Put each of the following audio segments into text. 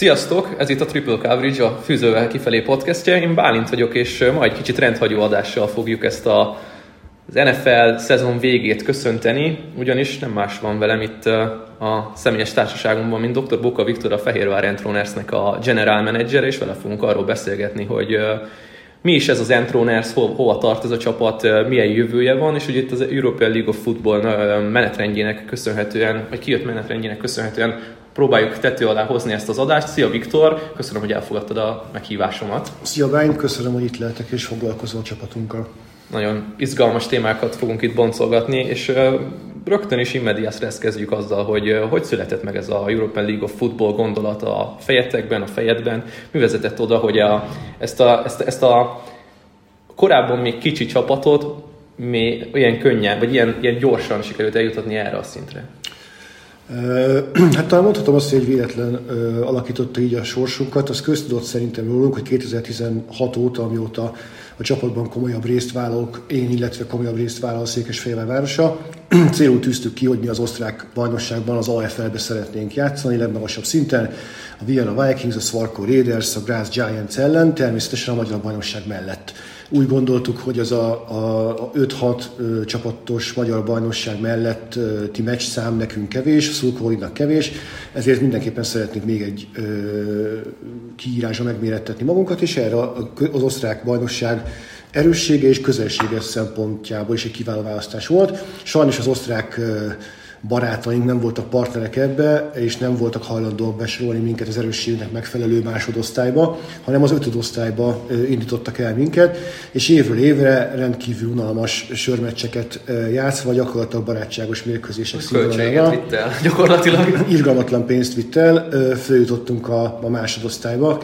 Sziasztok! Ez itt a Triple Coverage, a Fűzővel kifelé podcastja. Én Bálint vagyok, és ma egy kicsit rendhagyó adással fogjuk ezt az NFL szezon végét köszönteni, ugyanis nem más van velem itt a személyes társaságomban, mint Dr. Boka Viktor, a Fehérvár Entrunersnek a general manager, és vele fogunk arról beszélgetni, hogy mi is ez az Entroners, hova tart ez a csapat, milyen jövője van, és ugye itt az European League of Football menetrendjének köszönhetően, vagy kijött menetrendjének köszönhetően próbáljuk tető alá hozni ezt az adást. Szia Viktor, köszönöm, hogy elfogadtad a meghívásomat. Szia Bálint, köszönöm, hogy itt lehetek és foglalkozol a csapatunkkal. Nagyon izgalmas témákat fogunk itt boncolgatni, és rögtön is in medias res kezdjük azzal, hogy született meg ez a European League of Football gondolat a fejetekben, a fejedben. Mi vezetett oda, hogy ezt a korábban még kicsi csapatot még olyan könnyen, vagy ilyen gyorsan sikerült eljutatni erre a szintre? Hát talán mondhatom azt, hogy egy véletlen alakította így a sorsunkat. Az köztudott szerintem rólunk, hogy 2016 óta, amióta a csapatban komolyabb részt vállalok én, illetve komolyabb részt vállal a Székesfehérvár városa, célul tűztük ki, hogy mi az osztrák bajnokságban, az AFL-be szeretnénk játszani, legmagasabb szinten, a Vienna Vikings, a Swarco Raiders, a Graz Giants ellen, természetesen a magyar bajnokság mellett. Úgy gondoltuk, hogy az a 5-6 csapatos magyar bajnokság melletti meccsszám nekünk kevés, a szurkolóinak kevés, ezért mindenképpen szeretnénk még egy kiírásra megmérettetni magunkat, és erre az osztrák bajnokság erőssége és közelsége szempontjából is egy kiváló választás volt. Sajnos az osztrák barátaink nem voltak partnerek ebbe, és nem voltak hajlandóak besorolni minket az erősségnek megfelelő másodosztályba, hanem az ötödosztályba indítottak el minket, és évről évre rendkívül unalmas sörmeccseket játszva, gyakorlatilag barátságos mérkőzések színvonalával. Költséget vitt el, gyakorlatilag. Irgalmatlan pénzt vitt el, följutottunk a másodosztályba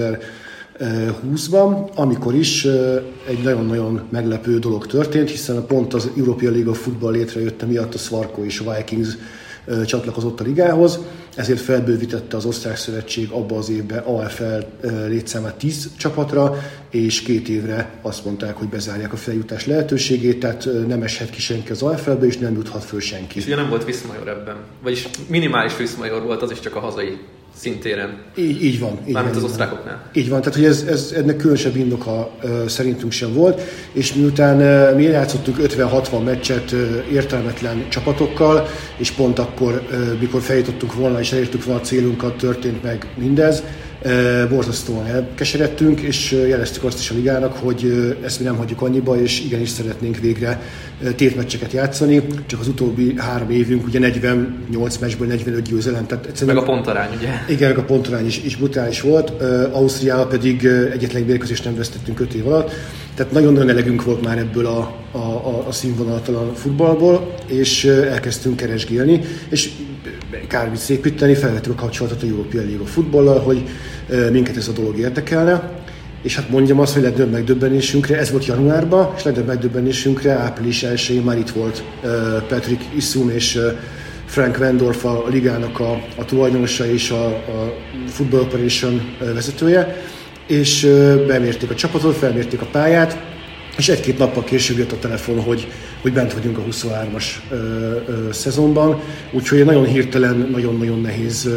2020-ban, amikor is egy nagyon-nagyon meglepő dolog történt, hiszen pont az European League of Football létrejötte miatt a Swarco és a Vikings csatlakozott a ligához, ezért felbővítette az osztrák szövetség abba az évben AFL létszámát 10 csapatra, és 2 évre azt mondták, hogy bezárják a feljutás lehetőségét, tehát nem eshet ki senki az AFL-be, és nem juthat föl senki. És ugye nem volt Viszmajor ebben, vagyis minimális Viszmajor volt, az is csak a hazai szintéren. Így van. Mármint az osztrákoknál. Így van, tehát hogy ennek különösebb indoka szerintünk sem volt, és miután mi játszottunk 50-60 meccset értelmetlen csapatokkal, és pont akkor, mikor feljutottunk volna és elértük volna a célunkat, történt meg mindez, borzasztóan elkeseredtünk, és jeleztük azt is a ligának, hogy ezt mi nem hagyjuk annyiba, és igenis szeretnénk végre tétmeccseket játszani, csak az utóbbi 3 évünk, ugye 48 meccsből 45 győzelem. Meg a pontarány, ugye? Igen, meg a pontarány is brutális volt, Ausztriával pedig egyetlen mérkőzést nem vesztettünk 5 év alatt, tehát nagyon-nagyon elegünk volt már ebből a színvonaltalan futballból, és elkezdtünk keresgélni, és kármit szépíteni, felvettük a kapcsolatot a European League of Football-lal, hogy minket ez a dolog érdekelne, és hát mondjam azt, hogy legnagyobb megdöbbenésünkre, ez volt januárban, és legnagyobb megdöbbenésünkre április 1-én már itt volt Patrick Issum és Frank Wendorf a ligának a tulajdonosa és a Football Operation vezetője, és bemérték a csapatot, felmérték a pályát, és 1-2 nappal később jött a telefon, hogy bent vagyunk a 23-as szezonban, úgyhogy nagyon hirtelen, nagyon-nagyon nehéz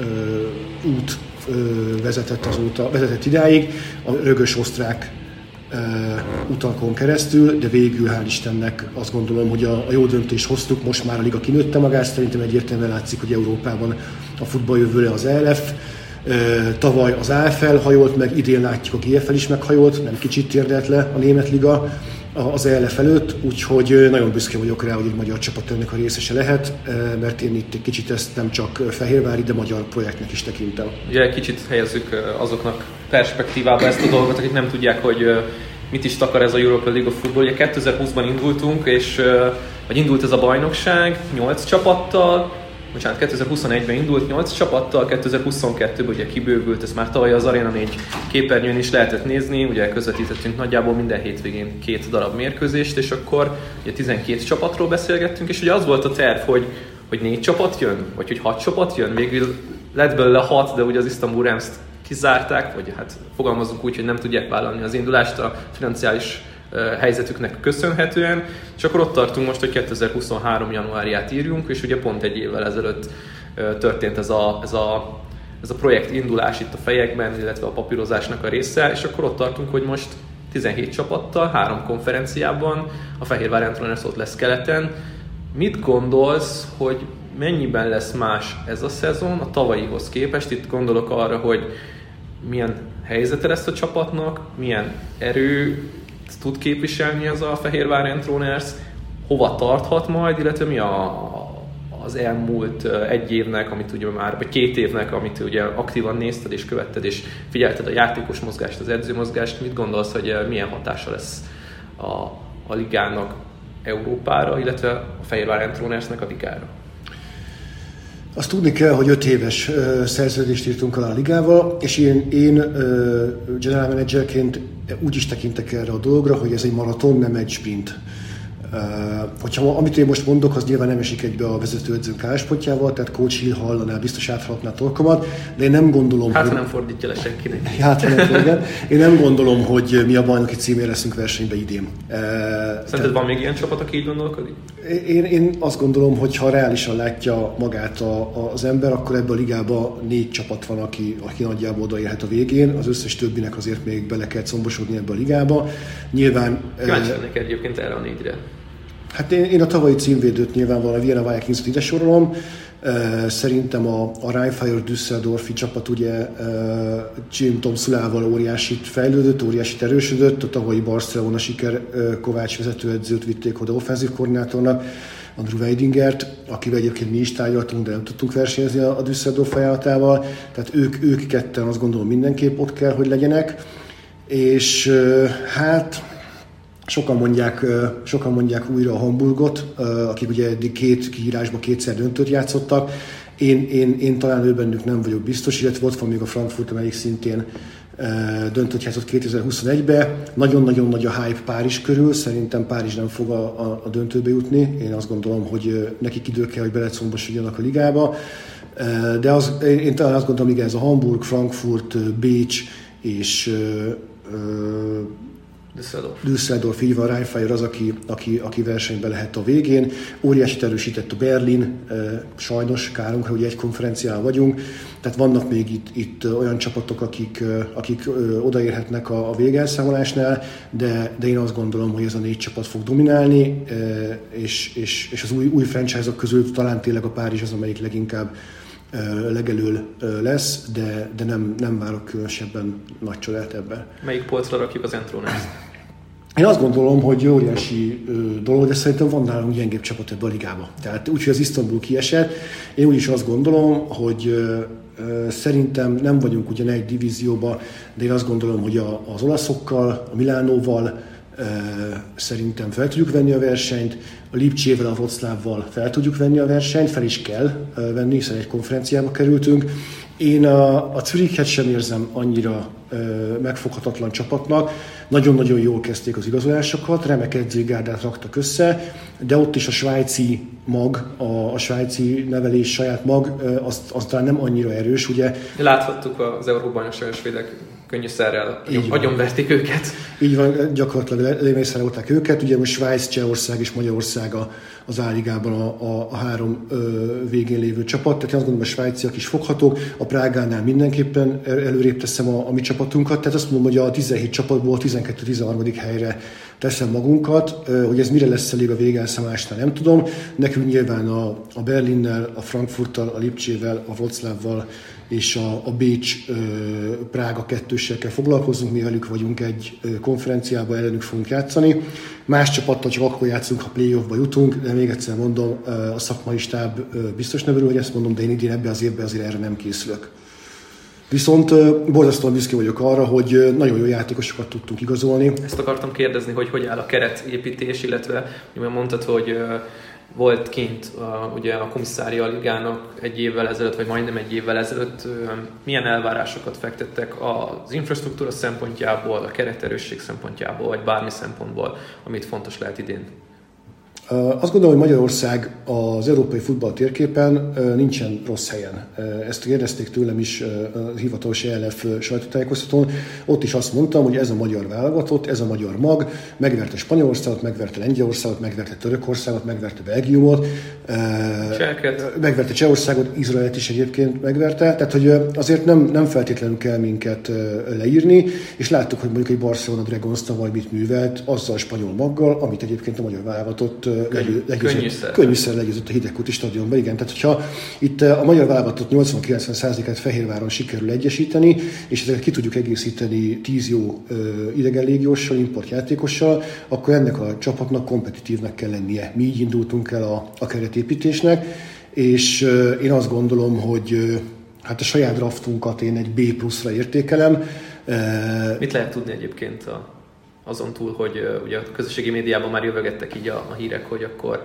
út vezetett idáig, a rögös osztrák utakon keresztül, de végül hál' Istennek azt gondolom, hogy a jó döntést hoztuk, most már a liga kinőtte magát, szerintem egyértelműen látszik, hogy Európában a futball jövőre az ELF, tavaly az AFL hajolt meg, idén látjuk a GFL is meghajolt, nem kicsit térdelt le a német liga az ELF előtt, úgyhogy nagyon büszke vagyok rá, hogy egy magyar csapat ennek a részese lehet, mert én itt egy kicsit ezt nem csak fehérvári, de magyar projektnek is tekintem. Ugye kicsit helyezzük azoknak perspektívába ezt a dolgot, akik nem tudják, hogy mit is takar ez a European League of Football. Ugye 2020-ban indultunk, vagy indult ez a bajnokság 8 csapattal, 2021-ben indult 8 csapattal, 2022-ben ugye kibővült, ezt már tavaly az Arena 4 képernyőn is lehetett nézni, ugye közvetítettünk nagyjából minden hétvégén 2 darab mérkőzést, és akkor ugye 12 csapatról beszélgettünk, és ugye az volt a terv, hogy 4 csapat jön, vagy hogy 6 csapat jön, végül lett belőle 6, de ugye az Istanbul Rams-t kizárták, vagy hát fogalmazunk úgy, hogy nem tudják vállalni az indulást a financiális helyzetüknek köszönhetően, és akkor ott tartunk most, hogy 2023. januárját írjunk, és ugye pont egy évvel ezelőtt történt ez a ez a projekt indulás itt a fejekben, illetve a papírozásnak a része, és akkor ott tartunk, hogy most 17 csapattal, 3 konferenciában, a Fehérvár Antelones ott lesz keleten. Mit gondolsz, hogy mennyiben lesz más ez a szezon a tavalyihoz képest? Itt gondolok arra, hogy milyen helyzete lesz a csapatnak, milyen erő tud képviselni ez a Fehérvár Antelones, hova tarthat majd, illetve mi az elmúlt egy évnek, amit ugye már, vagy 2 évnek, amit ugye aktívan nézted és követted, és figyelted a játékos mozgást, az edzőmozgást, mit gondolsz, hogy milyen hatása lesz a ligának Európára, illetve a Fehérvár Antelonesnek a ligára? Azt tudni kell, hogy 5 éves szerződést írtunk alá a ligával, és én general managerként úgy is tekintek erre a dologra, hogy ez egy maraton, nem egy sprint. Hogyha amit én most mondok, az nyilván nem esik egybe a vezetőedzőnk álláspontjával, tehát Coach Hill hallaná, biztos áthallatná a torkomat, de én nem gondolom, hogy... nem fordítja le senkinek. Én nem gondolom, hogy mi a bajnoki címért leszünk versenybe idén. Szerinted van még ilyen csapat, aki így gondolkodik? Én azt gondolom, hogy ha reálisan látja magát az ember, akkor ebben a ligában 4 csapat van, aki nagyjából odaérhet a végén, az összes többinek azért még bele kell combosodni ebbe a ligába. Nyilván... Kíváncsi lennék egyébként erre a 4-re. Hát én a tavalyi címvédőt nyilvánvalóan a Vienna Vikings-ot ide sorolom. Szerintem a Rheinfire Düsseldorfi csapat ugye Jim Tom Szulával óriásit fejlődött, óriásit erősödött. A tavalyi Barcelona siker Kovács vezetőedzőt vitték oda offenzív koordinátornak, Andrew Weidingert, akivel egyébként mi is tárgyaltunk, de nem tudtunk versenyezni a Düsseldorf ajánlatával. Tehát ők ketten azt gondolom mindenképp ott kell, hogy legyenek. És hát... Sokan mondják újra a Hamburgot, akik ugye eddig 2 kiírásban 2-szer döntőt játszottak. Én talán ő bennük nem vagyok biztos, illetve ott van még a Frankfurt, amelyik szintén döntőt játszott 2021-ben. Nagyon-nagyon nagy a hype Párizs körül, szerintem Párizs nem fog a döntőbe jutni. Én azt gondolom, hogy nekik idő kell, hogy belecombosodjanak a ligába. De én talán azt gondolom, igen, ez a Hamburg, Frankfurt, Bécs és... Düsseldorf, így van, Rheinfire az, aki versenyben lehet a végén. Óriásit erősített a Berlin, sajnos kárunkra, hogy egy konferencián vagyunk. Tehát vannak még itt olyan csapatok, akik odaérhetnek a végelszámolásnál, de én azt gondolom, hogy ez a 4 csapat fog dominálni, és az új franchise-ok közül talán tényleg a Párizs az, amelyik leginkább legelől lesz, de nem várok különösebben nagy csodát ebben. Melyik polcra rakjuk az Antelones-t? Én azt gondolom, hogy óriási dolog, de szerintem van nálunk gyengébb csapat ebbe a ligába. Tehát úgyhogy az Isztambul kiesett. Én úgyis azt gondolom, hogy szerintem nem vagyunk ugyan egy divízióba, de én azt gondolom, hogy az olaszokkal, a Milánóval szerintem fel tudjuk venni a versenyt, a Lipcsével, a Wroclawval fel tudjuk venni a versenyt, fel is kell venni, hiszen egy konferenciába kerültünk. Én a Zürichet sem érzem annyira megfoghatatlan csapatnak. Nagyon-nagyon jól kezdték az igazolásokat, remek edzőgárdát raktak össze, de ott is a svájci mag, a svájci nevelés saját mag, az talán nem annyira erős, ugye. Láthattuk az Európa-bajnokságon svédek könnyűszerrel agyonverték őket. Így van, gyakorlatilag lemészárolták őket. Ugye most Svájc, Csehország és Magyarország az A-ligában a 3 végén lévő csapat. Tehát azt gondolom, a svájciak is foghatók. A Prágánál mindenképpen előrébb teszem a mi csapatunkat. Tehát azt mondom, hogy a 17 csapatból 12-13. helyre teszem magunkat. Hogy ez mire lesz elég a végelszámolásnál, nem tudom. Nekünk nyilván a Berlinnel, a Frankfurttal, a Lipcsével, a Wroclawval és a Bécs-Prága 2-sel kell foglalkoznunk, mi velük vagyunk egy konferenciában, ellenük fogunk játszani. Más csapattal csak akkor játszunk, ha play-offba jutunk, de még egyszer mondom, a szakmai stáb biztos nem örül, hogy ezt mondom, de én idén ebben az évben azért erre nem készülök. Viszont borzasztóan büszke vagyok arra, hogy nagyon jó játékosokat tudtunk igazolni. Ezt akartam kérdezni, hogy áll a keretépítés, illetve mondtad, hogy volt kint ugye a komisszária ligának egy évvel ezelőtt, vagy majdnem egy évvel ezelőtt. Milyen elvárásokat fektettek az infrastruktúra szempontjából, a kereterősség szempontjából, vagy bármi szempontból, amit fontos lehet idén? Azt gondolom, hogy Magyarország az európai futball térképen nincsen rossz helyen. Ezt kérdezték tőlem is a hivatalos ELF sajtótájékoztatón. Ott is azt mondtam, hogy ez a magyar válogatott, ez a magyar mag megverte Spanyolországot, megverte Lengyelországot, megverte Törökországot, megverte Belgiumot, megverte Csehországot, Izraelt is egyébként megverte. Tehát, hogy azért nem feltétlenül kell minket leírni, és láttuk, hogy mondjuk egy Barcelona Dragons tavaly mit művelt azzal a spanyol maggal, amit egyébként a magyar válogatott könnyűszer legyőzött a Hidegkúti stadionban. Igen, tehát hogyha itt a magyar válogatott 80-90%-át Fehérváron sikerül egyesíteni, és ezeket ki tudjuk egészíteni 10 jó idegen légióssal, importjátékossal, akkor ennek a csapatnak kompetitívnek kell lennie. Mi így indultunk el a keretépítésnek, és én azt gondolom, hogy hát a saját draftunkat én egy B pluszra értékelem. Mit lehet tudni egyébként azon túl, hogy ugye a közösségi médiában már jövögettek így a hírek, hogy akkor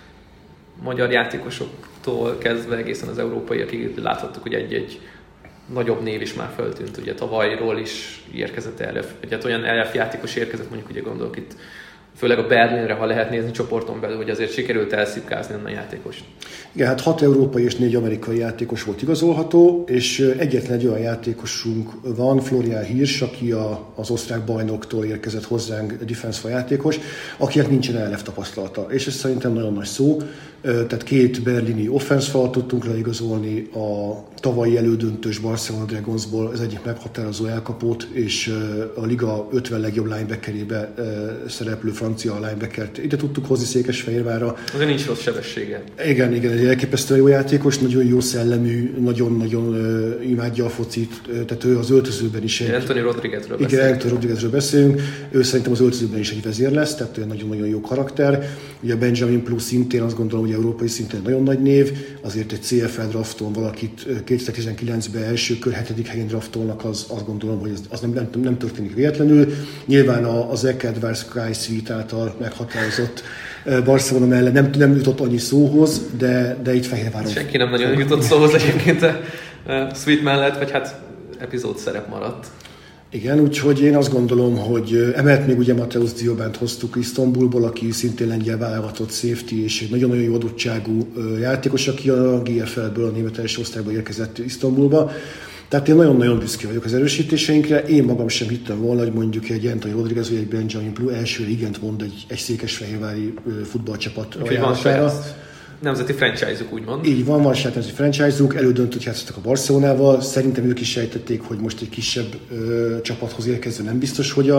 magyar játékosoktól kezdve egészen az európaiakig láthattuk, hogy egy nagyobb név is már föltűnt. Ugye tavalyról is érkezett ELF, vagy hát olyan ELF játékos érkezett, mondjuk ugye gondolok itt főleg a Berlinre, ha lehet nézni csoporton belül, hogy azért sikerült elszipkázni a játékost. Igen, hát 6 európai és 4 amerikai játékos volt igazolható, és egyetlen egy olyan játékosunk van, Florian Hirsch, aki az osztrák bajnoktól érkezett hozzánk, defense játékos, akinek nincsen ELF tapasztalata. És ez szerintem nagyon nagy szó. Tehát 2 berlini offense falat tudtunk leigazolni, a tavalyi elődöntős Barcelona Dragonsból az egyik meghatározó elkapót, és a liga 50 legjobb linebackerébe szereplő francia linebackert ide tudtuk hozni Székesfehérvárra. Azért nincs rossz sebessége. Igen, egy elképesztően jó játékos, nagyon jó szellemű, nagyon-nagyon imádja a focit, tehát ő az öltözőben is egy... Anthony Rodriguezről beszélünk. Igen, Anthony Rodriguezről beszélünk. Ő szerintem az öltözőben is egy vezér lesz, tehát ő nagyon-nagyon jó karakter. Ugye Benjamin Plus szintén azt gondolom, hogy európai szinten nagyon nagy név, azért egy CFL drafton valakit 2019-ben első kör 7. helyen draftolnak, azt gondolom, hogy az nem történik véletlenül. Nyilván az Ekedvár Sky Suite által meghatározott Barcelona mellett nem jutott annyi szóhoz, de itt Fehérváron... Senki nem nagyon jutott szóhoz egyébként a Suite mellett, vagy hát epizód szerep maradt. Igen, úgyhogy én azt gondolom, hogy emellett még ugye Mateusz Diobánt hoztuk Isztambulból, aki szintén lengyel válogatott safety, és egy nagyon-nagyon jó adottságú játékos, aki a GFL-ből, a német első osztályból érkezett Isztambulba. Tehát én nagyon-nagyon büszke vagyok az erősítéseinkre. Én magam sem hittem volna, hogy mondjuk egy Anthony Rodriguez vagy egy Benjamin Plus elsőre igent mond egy székesfehérvári futballcsapat ajánlatára. Nemzeti franchise-uk úgymond. Így van saját nemzeti franchise-uk, elődöntőt játszottak a Barcelonával. Szerintem ők is sejtették, hogy most egy kisebb csapathoz érkezve nem biztos, hogy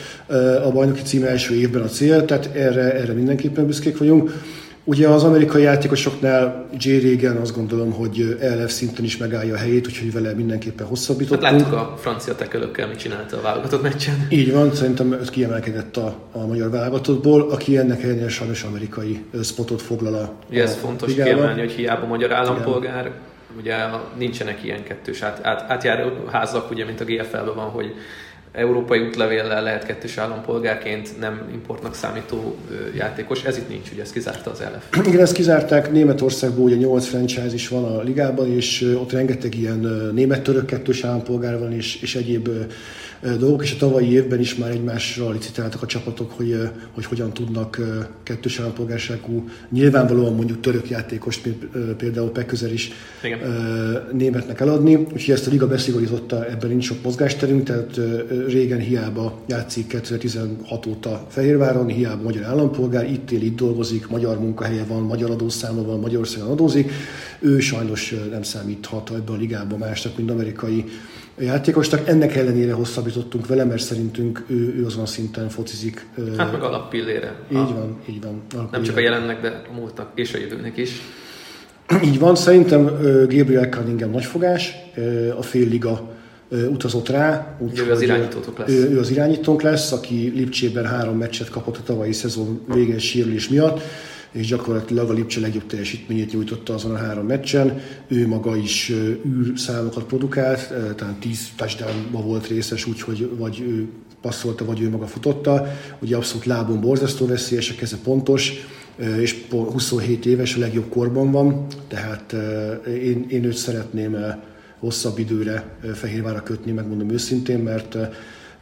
a bajnoki cím első évben a cél, tehát erre mindenképpen büszkék vagyunk. Ugye az amerikai játékosoknál J. Regan azt gondolom, hogy ELF szinten is megállja a helyét, úgyhogy vele mindenképpen hosszabbítottunk. Hát láttuk a francia tekölökkel, mit csinálta a válogatott meccsen. Így van, szerintem őt kiemelkedett a magyar válogatottból, aki ennek ellenére sajnos amerikai spotot foglal ugye ez fontos kiemelni, hogy hiába magyar állampolgár, ugye nincsenek ilyen kettős átjáró házak, ugye, mint a GFL-ben van, hogy európai útlevéllel lehet kettős állampolgárként nem importnak számító játékos. Ez itt nincs, ugye ezt kizárta az ELF. Igen, ezt kizárták. Németországból ugye 8 franchise is van a ligában, és ott rengeteg ilyen német-török kettős állampolgár van, és egyéb dolgok, és a tavalyi évben is már egymásra licitáltak a csapatok, hogy hogyan tudnak kettős állampolgárságú, nyilvánvalóan mondjuk török játékost, mint például Pekközer is igen, németnek eladni. Úgyhogy ezt a liga beszigorította, ebben nincs sok mozgásterünk, tehát régen hiába játszik 2016 óta Fehérváron, hiába magyar állampolgár, itt él, itt dolgozik, magyar munkahelye van, magyar adószáma van, Magyarországon adózik. Ő sajnos nem számíthat ebben a ligában másnak, mint amerikai játékosnak. Ennek ellenére hosszabbítottunk vele, mert szerintünk ő azon a szinten focizik. Hát meg alappillére. Így van. Nem csak a jelennek, de a múltnak és a jövőnek is. Így van, szerintem Gabriel Cunningham nagyfogás, a fél liga utazott rá. Ő az irányítótok lesz. Ő az irányítónk lesz, aki Lipcsében 3 meccset kapott a tavalyi szezon véges sérülés miatt, és gyakorlatilag a Lipcse legjobb teljesítményét nyújtotta azon a 3 meccsen. Ő maga is űrszámokat produkált, talán 10 touchdownba volt részes, úgyhogy vagy ő passzolta, vagy ő maga futotta. Ugye abszolút lábon borzasztó veszélyes, a keze pontos, és 27 éves, a legjobb korban van, tehát én őt szeretném hosszabb időre Fehérvárra kötni, megmondom őszintén, mert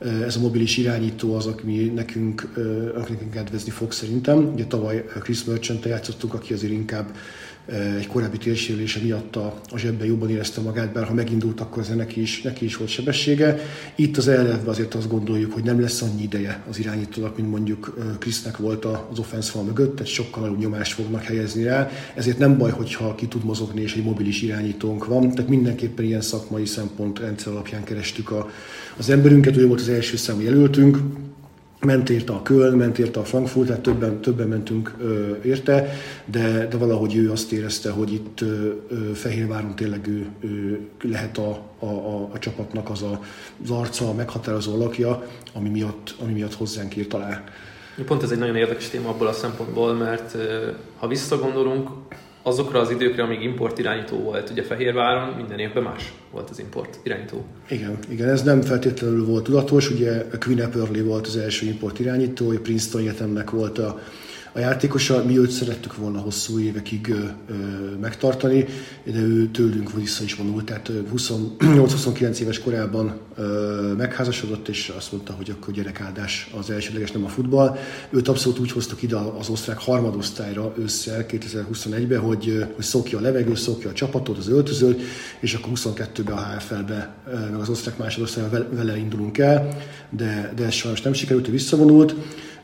ez a mobilis irányító az, aki nekünk kedvezni fog szerintem. Ugye tavaly Chris Merchant-tel játszottunk, aki azért inkább egy korábbi térsérülése miatt a zsebben jobban érezte magát, bár ha megindult, akkor ez neki is volt sebessége. Itt az ellenben azért azt gondoljuk, hogy nem lesz annyi ideje az irányítónak, mint mondjuk Chrisnek volt az offense fal mögött, tehát sokkal nagyobb nyomást fognak helyezni rá. Ezért nem baj, hogyha ki tud mozogni és egy mobilis irányítónk van. Tehát mindenképpen ilyen szakmai szempontrendszer alapján kerestük az emberünket, ő volt az első számú jelöltünk. Ment érte a Köln, ment érte a Frankfurt, tehát többen mentünk érte, de valahogy ő azt érezte, hogy itt Fehérváron tényleg ő lehet a csapatnak az arca, a meghatározó alakja, ami miatt hozzánk írt alá. Pont ez egy nagyon érdekes téma abból a szempontból, mert ha visszagondolunk, azokra az időkre, amíg import irányító volt, ugye Fehérváron minden évben más volt az import irányító. Igen, ez nem feltétlenül volt tudatos, ugye Quinn Epperley volt az első import irányító, a Princeton Egyetemnek volt a játékosa, mi őt szerettük volna hosszú évekig megtartani, de ő tőlünk vissza is vonult, tehát 28-29 éves korában megházasodott, és azt mondta, hogy akkor gyerekáldás az elsődleges, nem a futball. Őt abszolút úgy hoztuk ide az osztrák harmadosztályra ősszel 2021-ben, hogy szokja a levegő, szokja a csapatot, az öltözőt, és akkor 22-ben a HFL-be, meg az osztrák másodosztályra vele indulunk el, de ez sajnos nem sikerült, ő visszavonult.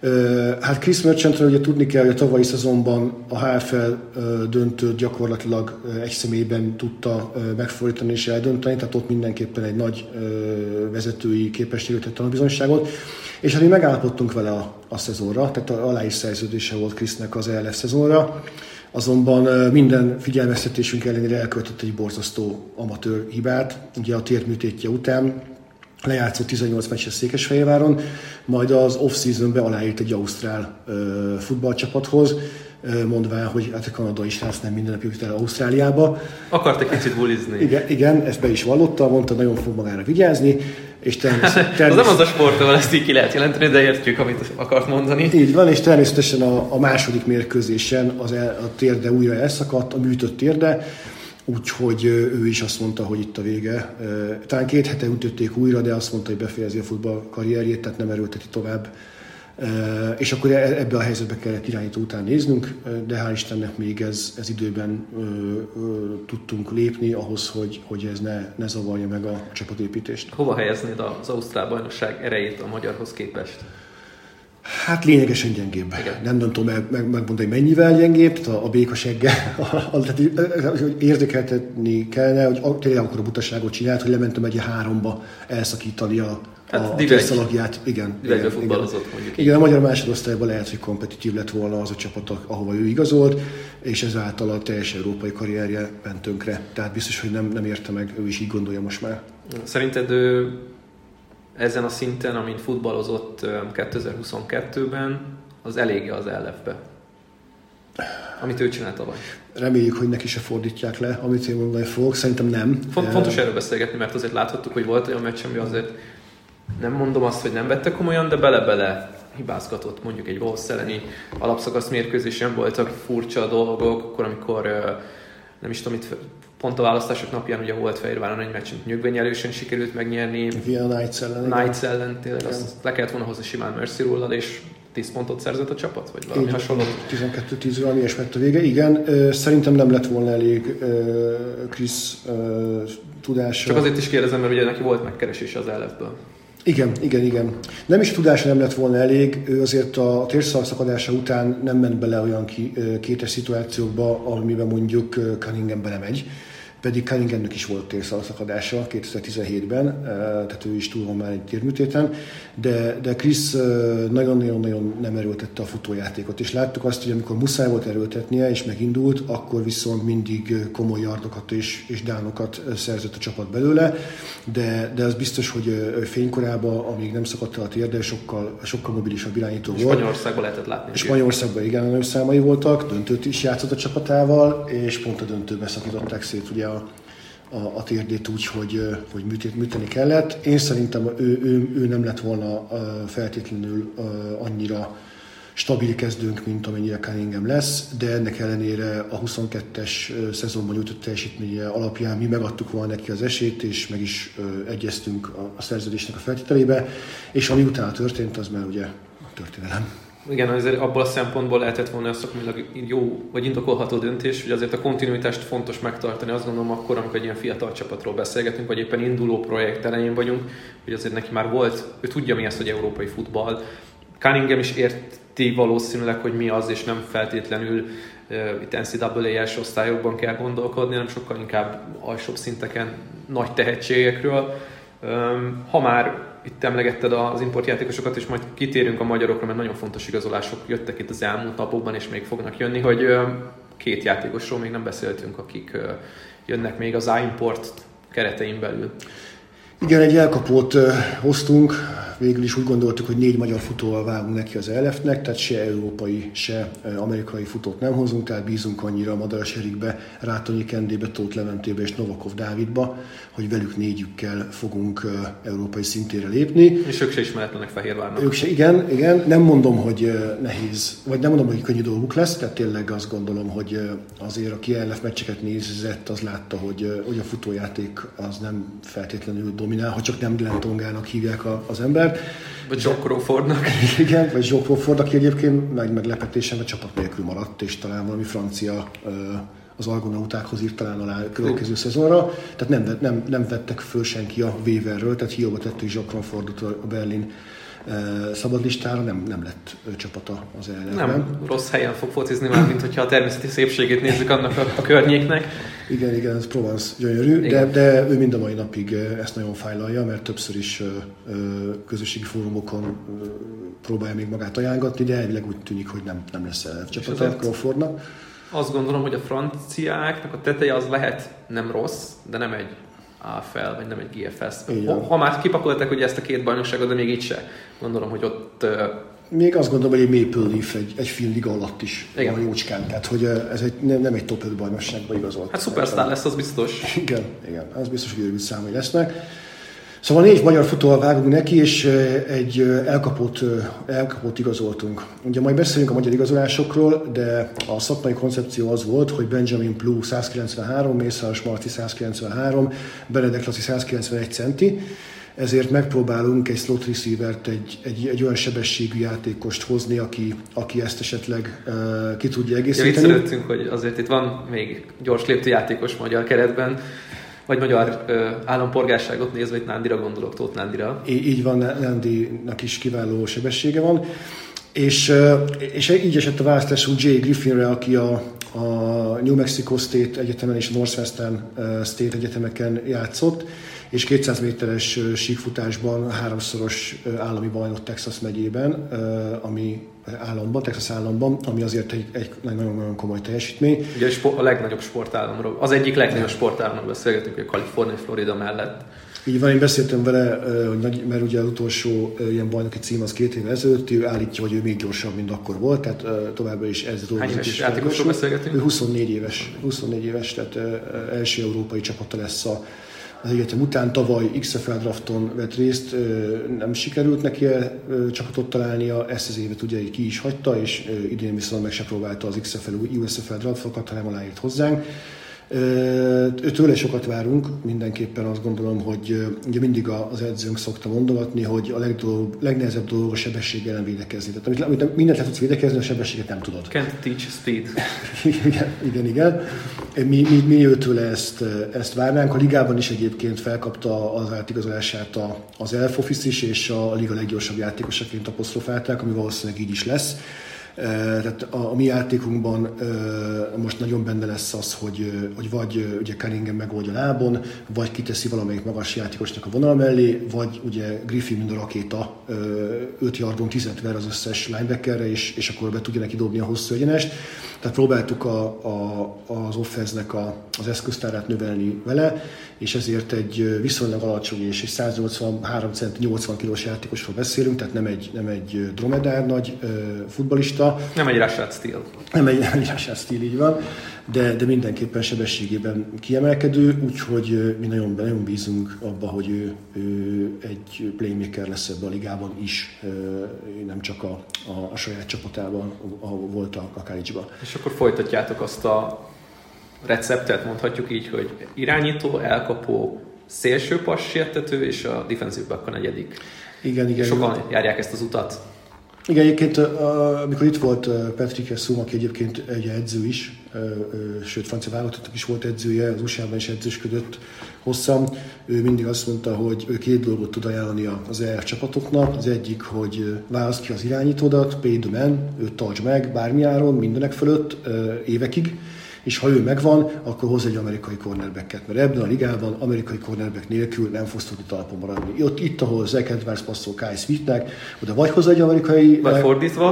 Hát Chris Merchantről ugye tudni kell, hogy a tavalyi szezonban a HFL döntőt gyakorlatilag egy személyben tudta megfordítani és eldönteni, tehát ott mindenképpen egy nagy vezetői képességű tett tanúbizonyságot. És hát mi megállapodtunk vele a szezonra, tehát aláír szerződése volt Chrisnek az ELF szezonra, azonban minden figyelmeztetésünk ellenére elkövetett egy borzasztó amatőr hibát, ugye a térműtétje után. Lejátszott 18 meccset Székesfehérváron, majd az off-seasonben aláírt egy ausztrál futballcsapathoz, mondván, hogy hát a kanadai srác nem minden nap jut el Ausztráliába. Akart egy kicsit bulizni. Igen, ezt be is vallotta, mondta, nagyon fog magára vigyázni. És az nem az a sport, ahol ezt így ki lehet jelenteni, de értjük, amit akart mondani. Így van, és természetesen a második mérkőzésen a térde újra elszakadt, a műtött térde, úgyhogy ő is azt mondta, hogy itt a vége. Talán 2 hete ütötték újra, de azt mondta, hogy befejezi a futball karrierjét, tehát nem erőlteti tovább. És akkor ebbe a helyzetbe kellett irányító után néznünk, de hál' Istennek még ez időben tudtunk lépni ahhoz, hogy ez ne zavarja meg a csapatépítést. Hova helyeznéd az ausztrál bajnokság erejét a magyarhoz képest? Hát lényegesen gyengébb. Igen. Nem tudom megmondani, mennyivel gyengébb, tehát a békasegge, érzékeltetni kellene, hogy tényleg akkor a butaságot csinált, hogy lementem egy 3-ba elszakítani a térszalagját. Igen, futballozott mondjuk. Igen, a magyar másodosztályban lehet, hogy kompetitív lett volna az a csapat, ahova ő igazolt, és ezáltal a teljes európai karrierje ment tönkre. Tehát biztos, hogy nem érte meg, ő is így gondolja most már. Szerinted ezen a szinten, amint futballozott 2022-ben, az eléggé az ELF-be, amit ő csinált tavaly? Reméljük, hogy neki se fordítják le, amit én mondani fogok. Szerintem nem. Fontos erről beszélgetni, mert azért láthattuk, hogy volt olyan meccs, ami azért nem mondom azt, hogy nem vette komolyan, de bele-bele hibázgatott. Mondjuk egy Wolves elleni alapszakasz mérkőzésen voltak furcsa dolgok, akkor amikor nem is tudom, itt pont a választások napján ugye volt Fehérváron egy meccs, nyögvényelősen sikerült megnyerni. A Knights ellen tényleg azt le kellett volna hozni simán Mercy Rule-lal, és 10 pontot szerzett a csapat? Vagy valami hasonló? 12-10 valami ilyesmit a vége. Igen, szerintem nem lett volna elég Chris tudása. Csak azért is kérdezem, mert ugye neki volt megkeresése az ELF-ből. Igen. Nem is a tudása nem lett volna elég, ő azért a térszalak szakadása után nem ment bele olyan kétes szituációkba, amiben mondjuk Cunningham belemegy. Pedig Cunninghamnek is volt térszalagszakadása 2017-ben, tehát ő is túl van már egy térműtéten, de Chris nagyon-nagyon nem erőltette a futójátékot, és láttuk azt, hogy amikor muszáj volt erőltetnie, és megindult, akkor viszont mindig komoly yardokat és dánokat szerzett a csapat belőle, de az biztos, hogy fénykorában, amíg nem szakadt el a térde, sokkal mobilisabb irányító volt. Spanyolországban lehetett látni. Spanyolországban igen, nagyon számai voltak, döntőt is játszott a csapatával, és pont a döntőbe szakították szét ugye a térdét úgy, hogy műteni kellett. Én szerintem ő nem lett volna feltétlenül annyira stabil kezdőnk, mint amennyire Cunningham lesz, de ennek ellenére a 22-es szezonban nyújtott teljesítménye alapján mi megadtuk volna neki az esélyt, és meg is egyeztünk a szerződésnek a feltételébe, és ami utána történt, az már ugye a történelem. Igen, azért abból a szempontból lehetett volna szakmailag jó vagy indokolható döntés, hogy azért a kontinuitást fontos megtartani. Azt gondolom akkor, amikor egy ilyen fiatal csapatról beszélgetünk, vagy éppen induló projekt elején vagyunk, hogy azért neki már volt, ő tudja mi az, hogy európai futball. Cunningham is érti valószínűleg, hogy mi az, és nem feltétlenül itt NCAA-es osztályokban kell gondolkodni, hanem sokkal inkább alsóbb szinteken nagy tehetségekről. Ha már itt emlegetted az importjátékosokat, és majd kitérünk a magyarokra, mert nagyon fontos igazolások jöttek itt az elmúlt napokban, és még fognak jönni, hogy 2 játékosról még nem beszéltünk, akik jönnek még az A-import keretein belül. Igen, egy elkapót hoztunk, végül is úgy gondoltuk, hogy 4 magyar futóval vágunk neki az ELF-nek, tehát se európai, se amerikai futót nem hozunk, tehát bízunk annyira a Madaras Erikbe, Rátonyi Kendébe, Tóth Leventébe és Novakov Dávidba, hogy velük 4-ükkel fogunk európai szintére lépni. És ők se ismeretlenek Fehérvárnak. Ők se, igen, nem mondom, hogy nehéz, vagy nem mondom, hogy könnyű dolguk lesz, tehát tényleg azt gondolom, hogy azért aki ELF meccseket nézett, az látta, hogy a futójáték az nem feltétlenül dominál, ha csak nem Glenn Tongának hívják az embert. Vagy Jock Crawfordnak. Igen, vagy Jock Crawford, aki egyébként nagy meglepetésen a csapat nélkül maradt, és talán valami francia az argonautákhoz írt talán alá a következő szezonra. Tehát nem vettek föl senki a waiverről, tehát hiába tettük Jock Crawfordot a Berlin szabadlistára, nem lett csapata az ellenben. Nem, rossz helyen fog focizni már, mint hogyha a természeti szépségét nézzük annak a környéknek. Igen, ez Provence gyönyörű, de ő mind a mai napig ezt nagyon fájlalja, mert többször is közösségi fórumokon próbálja még magát ajánlgatni, de elvileg úgy tűnik, hogy nem lesz csapata Crawfordnak. Azt gondolom, hogy a franciáknak a teteje az lehet nem rossz, de nem egy AFL, vagy nem egy GFS. Ha már kipakolták ugye ezt a 2 bajnokságot, de még így se. Gondolom, hogy ott... Még azt gondolom, hogy egy Maple Leaf egy fél liga alatt is van jócskán. Tehát, hogy ez nem egy top 5 bajnokságban igazolt. Hát szupersztár lesz, az biztos. Igen, az biztos, hogy őrült számai lesznek. Szóval 4 magyar futóval vágunk neki, és egy elkapót igazoltunk. Ugye majd beszélünk a magyar igazolásokról, de a szakmai koncepció az volt, hogy Benjamin Plu 193, Mészáros Marci 193, Benedek Laci 191 centi, ezért megpróbálunk egy slot receivert, egy olyan sebességű játékost hozni, aki ezt esetleg ki tudja egészíteni. Viccelődtünk, hogy azért itt van még gyors léptő játékos magyar keretben, vagy magyar állampolgárságot nézve, itt Nándira gondolok, Tóth Nándira. Így van, Nándinak is kiváló sebessége van. És így esett a választásunk Jay Griffinre, aki a New Mexico State Egyetemen és a Northwestern State Egyetemeken játszott, és 200 méteres síkfutásban 3-szoros állami bajnok Texas megyében, Texas államban, ami azért egy nagyon-nagyon komoly teljesítmény. Ugye a legnagyobb sportállamról, az egyik legnagyobb sportállamról beszélgetünk, hogy Kalifornia, Florida mellett. Így van, én beszéltem vele, mert ugye az utolsó ilyen bajnoki cím az 2 évvel ezelőtt, ő állítja, hogy ő még gyorsabb, mint akkor volt, tehát továbbra is ez dolgozik. Hány éves játékosról beszélgetünk? Ő 24 éves, tehát első európai csapata lesz az egyetem után. Tavaly XFL drafton vett részt, nem sikerült neki csapatot találnia, ezt az évet ugye ki is hagyta, és idén viszont meg se próbálta az USFL draftokat, hanem aláírt hozzánk. Tőle sokat várunk, mindenképpen azt gondolom, hogy ugye mindig az edzőnk szokta mondogatni, hogy a legnehezebb dolog a sebességgel nem védekezni. Tehát amit mindent le tudsz védekezni, a sebességet nem tudod. Can't teach speed. Igen. Mi őtőle ezt várnánk. A ligában is egyébként felkapta az átigazolását az Elf Office is, és a liga leggyorsabb játékosaként apostrofálták, ami valószínűleg így is lesz. Tehát a mi játékunkban most nagyon benne lesz az, hogy vagy ugye Cunningham megoldja lábon, vagy kiteszi valamelyik magas játékosnak a vonal mellé, vagy ugye Griffin mind a rakéta 5 yardon 10-et ver az összes linebackerre, és akkor be tudja neki dobni a hosszú egyenest. Tehát próbáltuk az offense-nek az eszköztárát növelni vele, és ezért egy viszonylag alacsony és egy 183 cm 80 kilós játékosról beszélünk, tehát nem egy dromedár nagy futballista. Nem egy Rashad Steele. Nem egy Rashad Steele, így van, de mindenképpen sebességében kiemelkedő, úgyhogy mi nagyon bízunk abba, hogy ő egy playmaker lesz ebben a ligában is, nem csak a saját csapatában, ahol volt a college-ban. És akkor folytatjátok azt a receptet, mondhatjuk így, hogy irányító, elkapó, szélső pass sértető, és a defensive back a negyedik. Igen. Sokan járják ezt az utat. Igen, egyébként amikor itt volt Patrick Hessum, aki egyébként egy edző is, sőt francia válogatottak is volt edzője, az USA-ban is edzősködött hosszan, ő mindig azt mondta, hogy ő 2 dolgot tud ajánlani az EF csapatoknak. Az egyik, hogy válaszd ki az irányítódat, pay the man, őt tartsd meg bármi áron, mindenek fölött évekig, és ha ő megvan, akkor hoz egy amerikai cornerbacket, mert ebben a ligában amerikai cornerback nélkül nem fogsz tudni talpon maradni. Itt, ahol Zach Edwards passzol Kyle Smithnek, oda vagy hozzá egy amerikai... Vagy fordítva.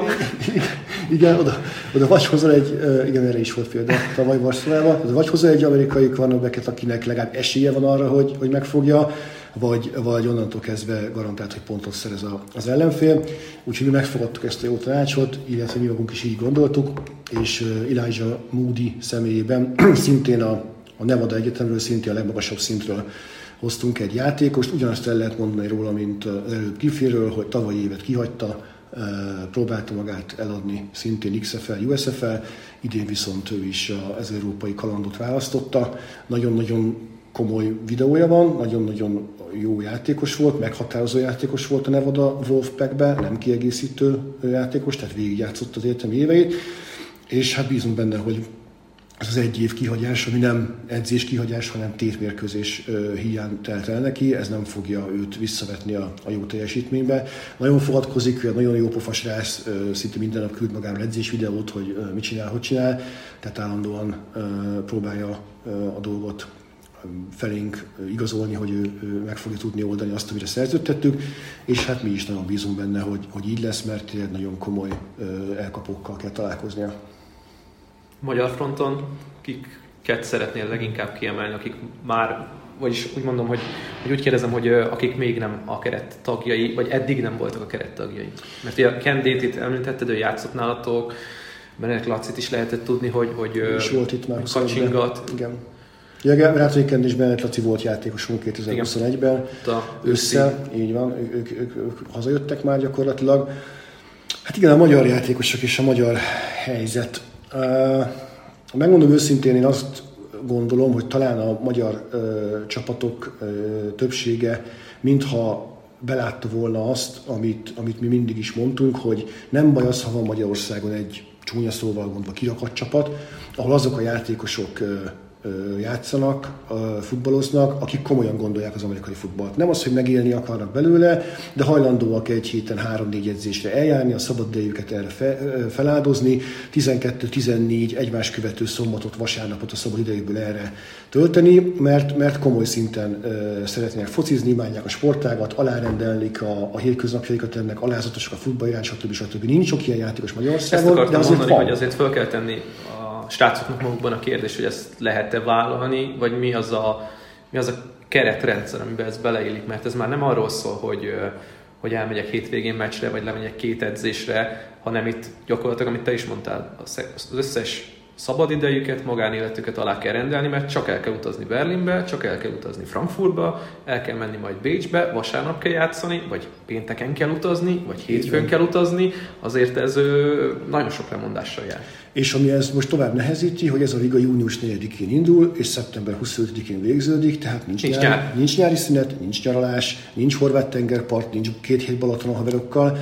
Igen, oda vagy hozzá egy... Igen, erre is volt példa tavaly Barcelonában. Oda vagy hozzá egy amerikai cornerbacket, akinek legalább esélye van arra, hogy megfogja, vagy onnantól kezdve garantált, hogy pontot szerez az ellenfél. Úgyhogy mi megfogadtuk ezt a jó tanácsot, illetve mi magunk is így gondoltuk, és Elijah Moody személyében szintén a Nevada Egyetemről, szintén a legmagasabb szintről hoztunk egy játékost. Ugyanazt el lehet mondani róla, mint az előbb Griffeyről, hogy tavalyi évet kihagyta, próbálta magát eladni szintén XFL, USFL, idén viszont ő is az európai kalandot választotta. Nagyon-nagyon komoly videója van, nagyon-nagyon jó játékos volt, meghatározó játékos volt a Nevada Wolfpackben, nem kiegészítő játékos, tehát végigjátszott az egyetemi éveit, és hát bízunk benne, hogy ez az 1 év kihagyás, ami nem edzés kihagyás, hanem tétmérkőzés hiány telt el neki, ez nem fogja őt visszavetni a jó teljesítménybe. Nagyon fogadkozik, nagyon jó pofas rász, szinte minden nap küld magáról edzés videót, hogy mit csinál, hogy csinál, tehát állandóan próbálja a dolgot felénk igazolni, hogy ő meg fogja tudni oldani azt, amire szerződtettük, és hát mi is nagyon bízunk benne, hogy így lesz, mert nagyon komoly elkapókkal kell találkoznia. Magyar fronton kiket szeretnél leginkább kiemelni, akik már, vagyis úgy mondom, hogy úgy kérdezem, hogy akik még nem a keret tagjai, vagy eddig nem voltak a keret tagjai. Mert ugye Ken Date-t említetted, ő játszott nálatok, Benedek Lacit is lehetett tudni, hogy volt itt már kacsingat. Igen. Ja, Rátói Ken és Benedek Laci volt játékosunk 2021-ben, össze, így van, ők hazajöttek már gyakorlatilag. Hát igen, a magyar játékosok és a magyar helyzet. Megmondom őszintén, én azt gondolom, hogy talán a magyar csapatok többsége mintha belátta volna azt, amit mi mindig is mondtunk, hogy nem baj az, ha van Magyarországon egy csúnya szóval mondva kirakat csapat, ahol azok a játékosok játszanak, futballoznak, akik komolyan gondolják az amerikai futballt. Nem az, hogy megélni akarnak belőle, de hajlandóak egy héten 3-4 edzésre eljárni, a szabadidejüket erre feláldozni, 12-14 egymás követő szombatot, vasárnapot a szabadidejükből erre tölteni, mert komoly szinten szeretnének focizni, imádják a sportágat, alárendelik a hétköznapjaikat ennek, alázatosak a futball iránt, stb. Nincs sok ilyen játékos Magyarországon, de azért mondani, hogy azért fel kell tenni srácoknak magukban a kérdés, hogy ezt lehet-e vállalni, vagy mi az a keretrendszer, amiben ez beleillik, mert ez már nem arról szól, hogy elmegyek hétvégén meccsre, vagy lemegyek 2 edzésre, hanem itt gyakorlatilag, amit te is mondtál, az összes szabadidejüket, magánéletüket alá kell rendelni, mert csak el kell utazni Berlinbe, csak el kell utazni Frankfurtba, el kell menni majd Bécsbe, vasárnap kell játszani, vagy pénteken kell utazni, vagy hétfőn kell utazni, azért ez nagyon sok lemondással jár. És ami ez most tovább nehezíti, hogy ez a liga június 4-én indul, és szeptember 25-én végződik, tehát nincs nyári szünet, nincs nyaralás, nincs horvát tengerpart, nincs 2 hét Balaton a haverokkal.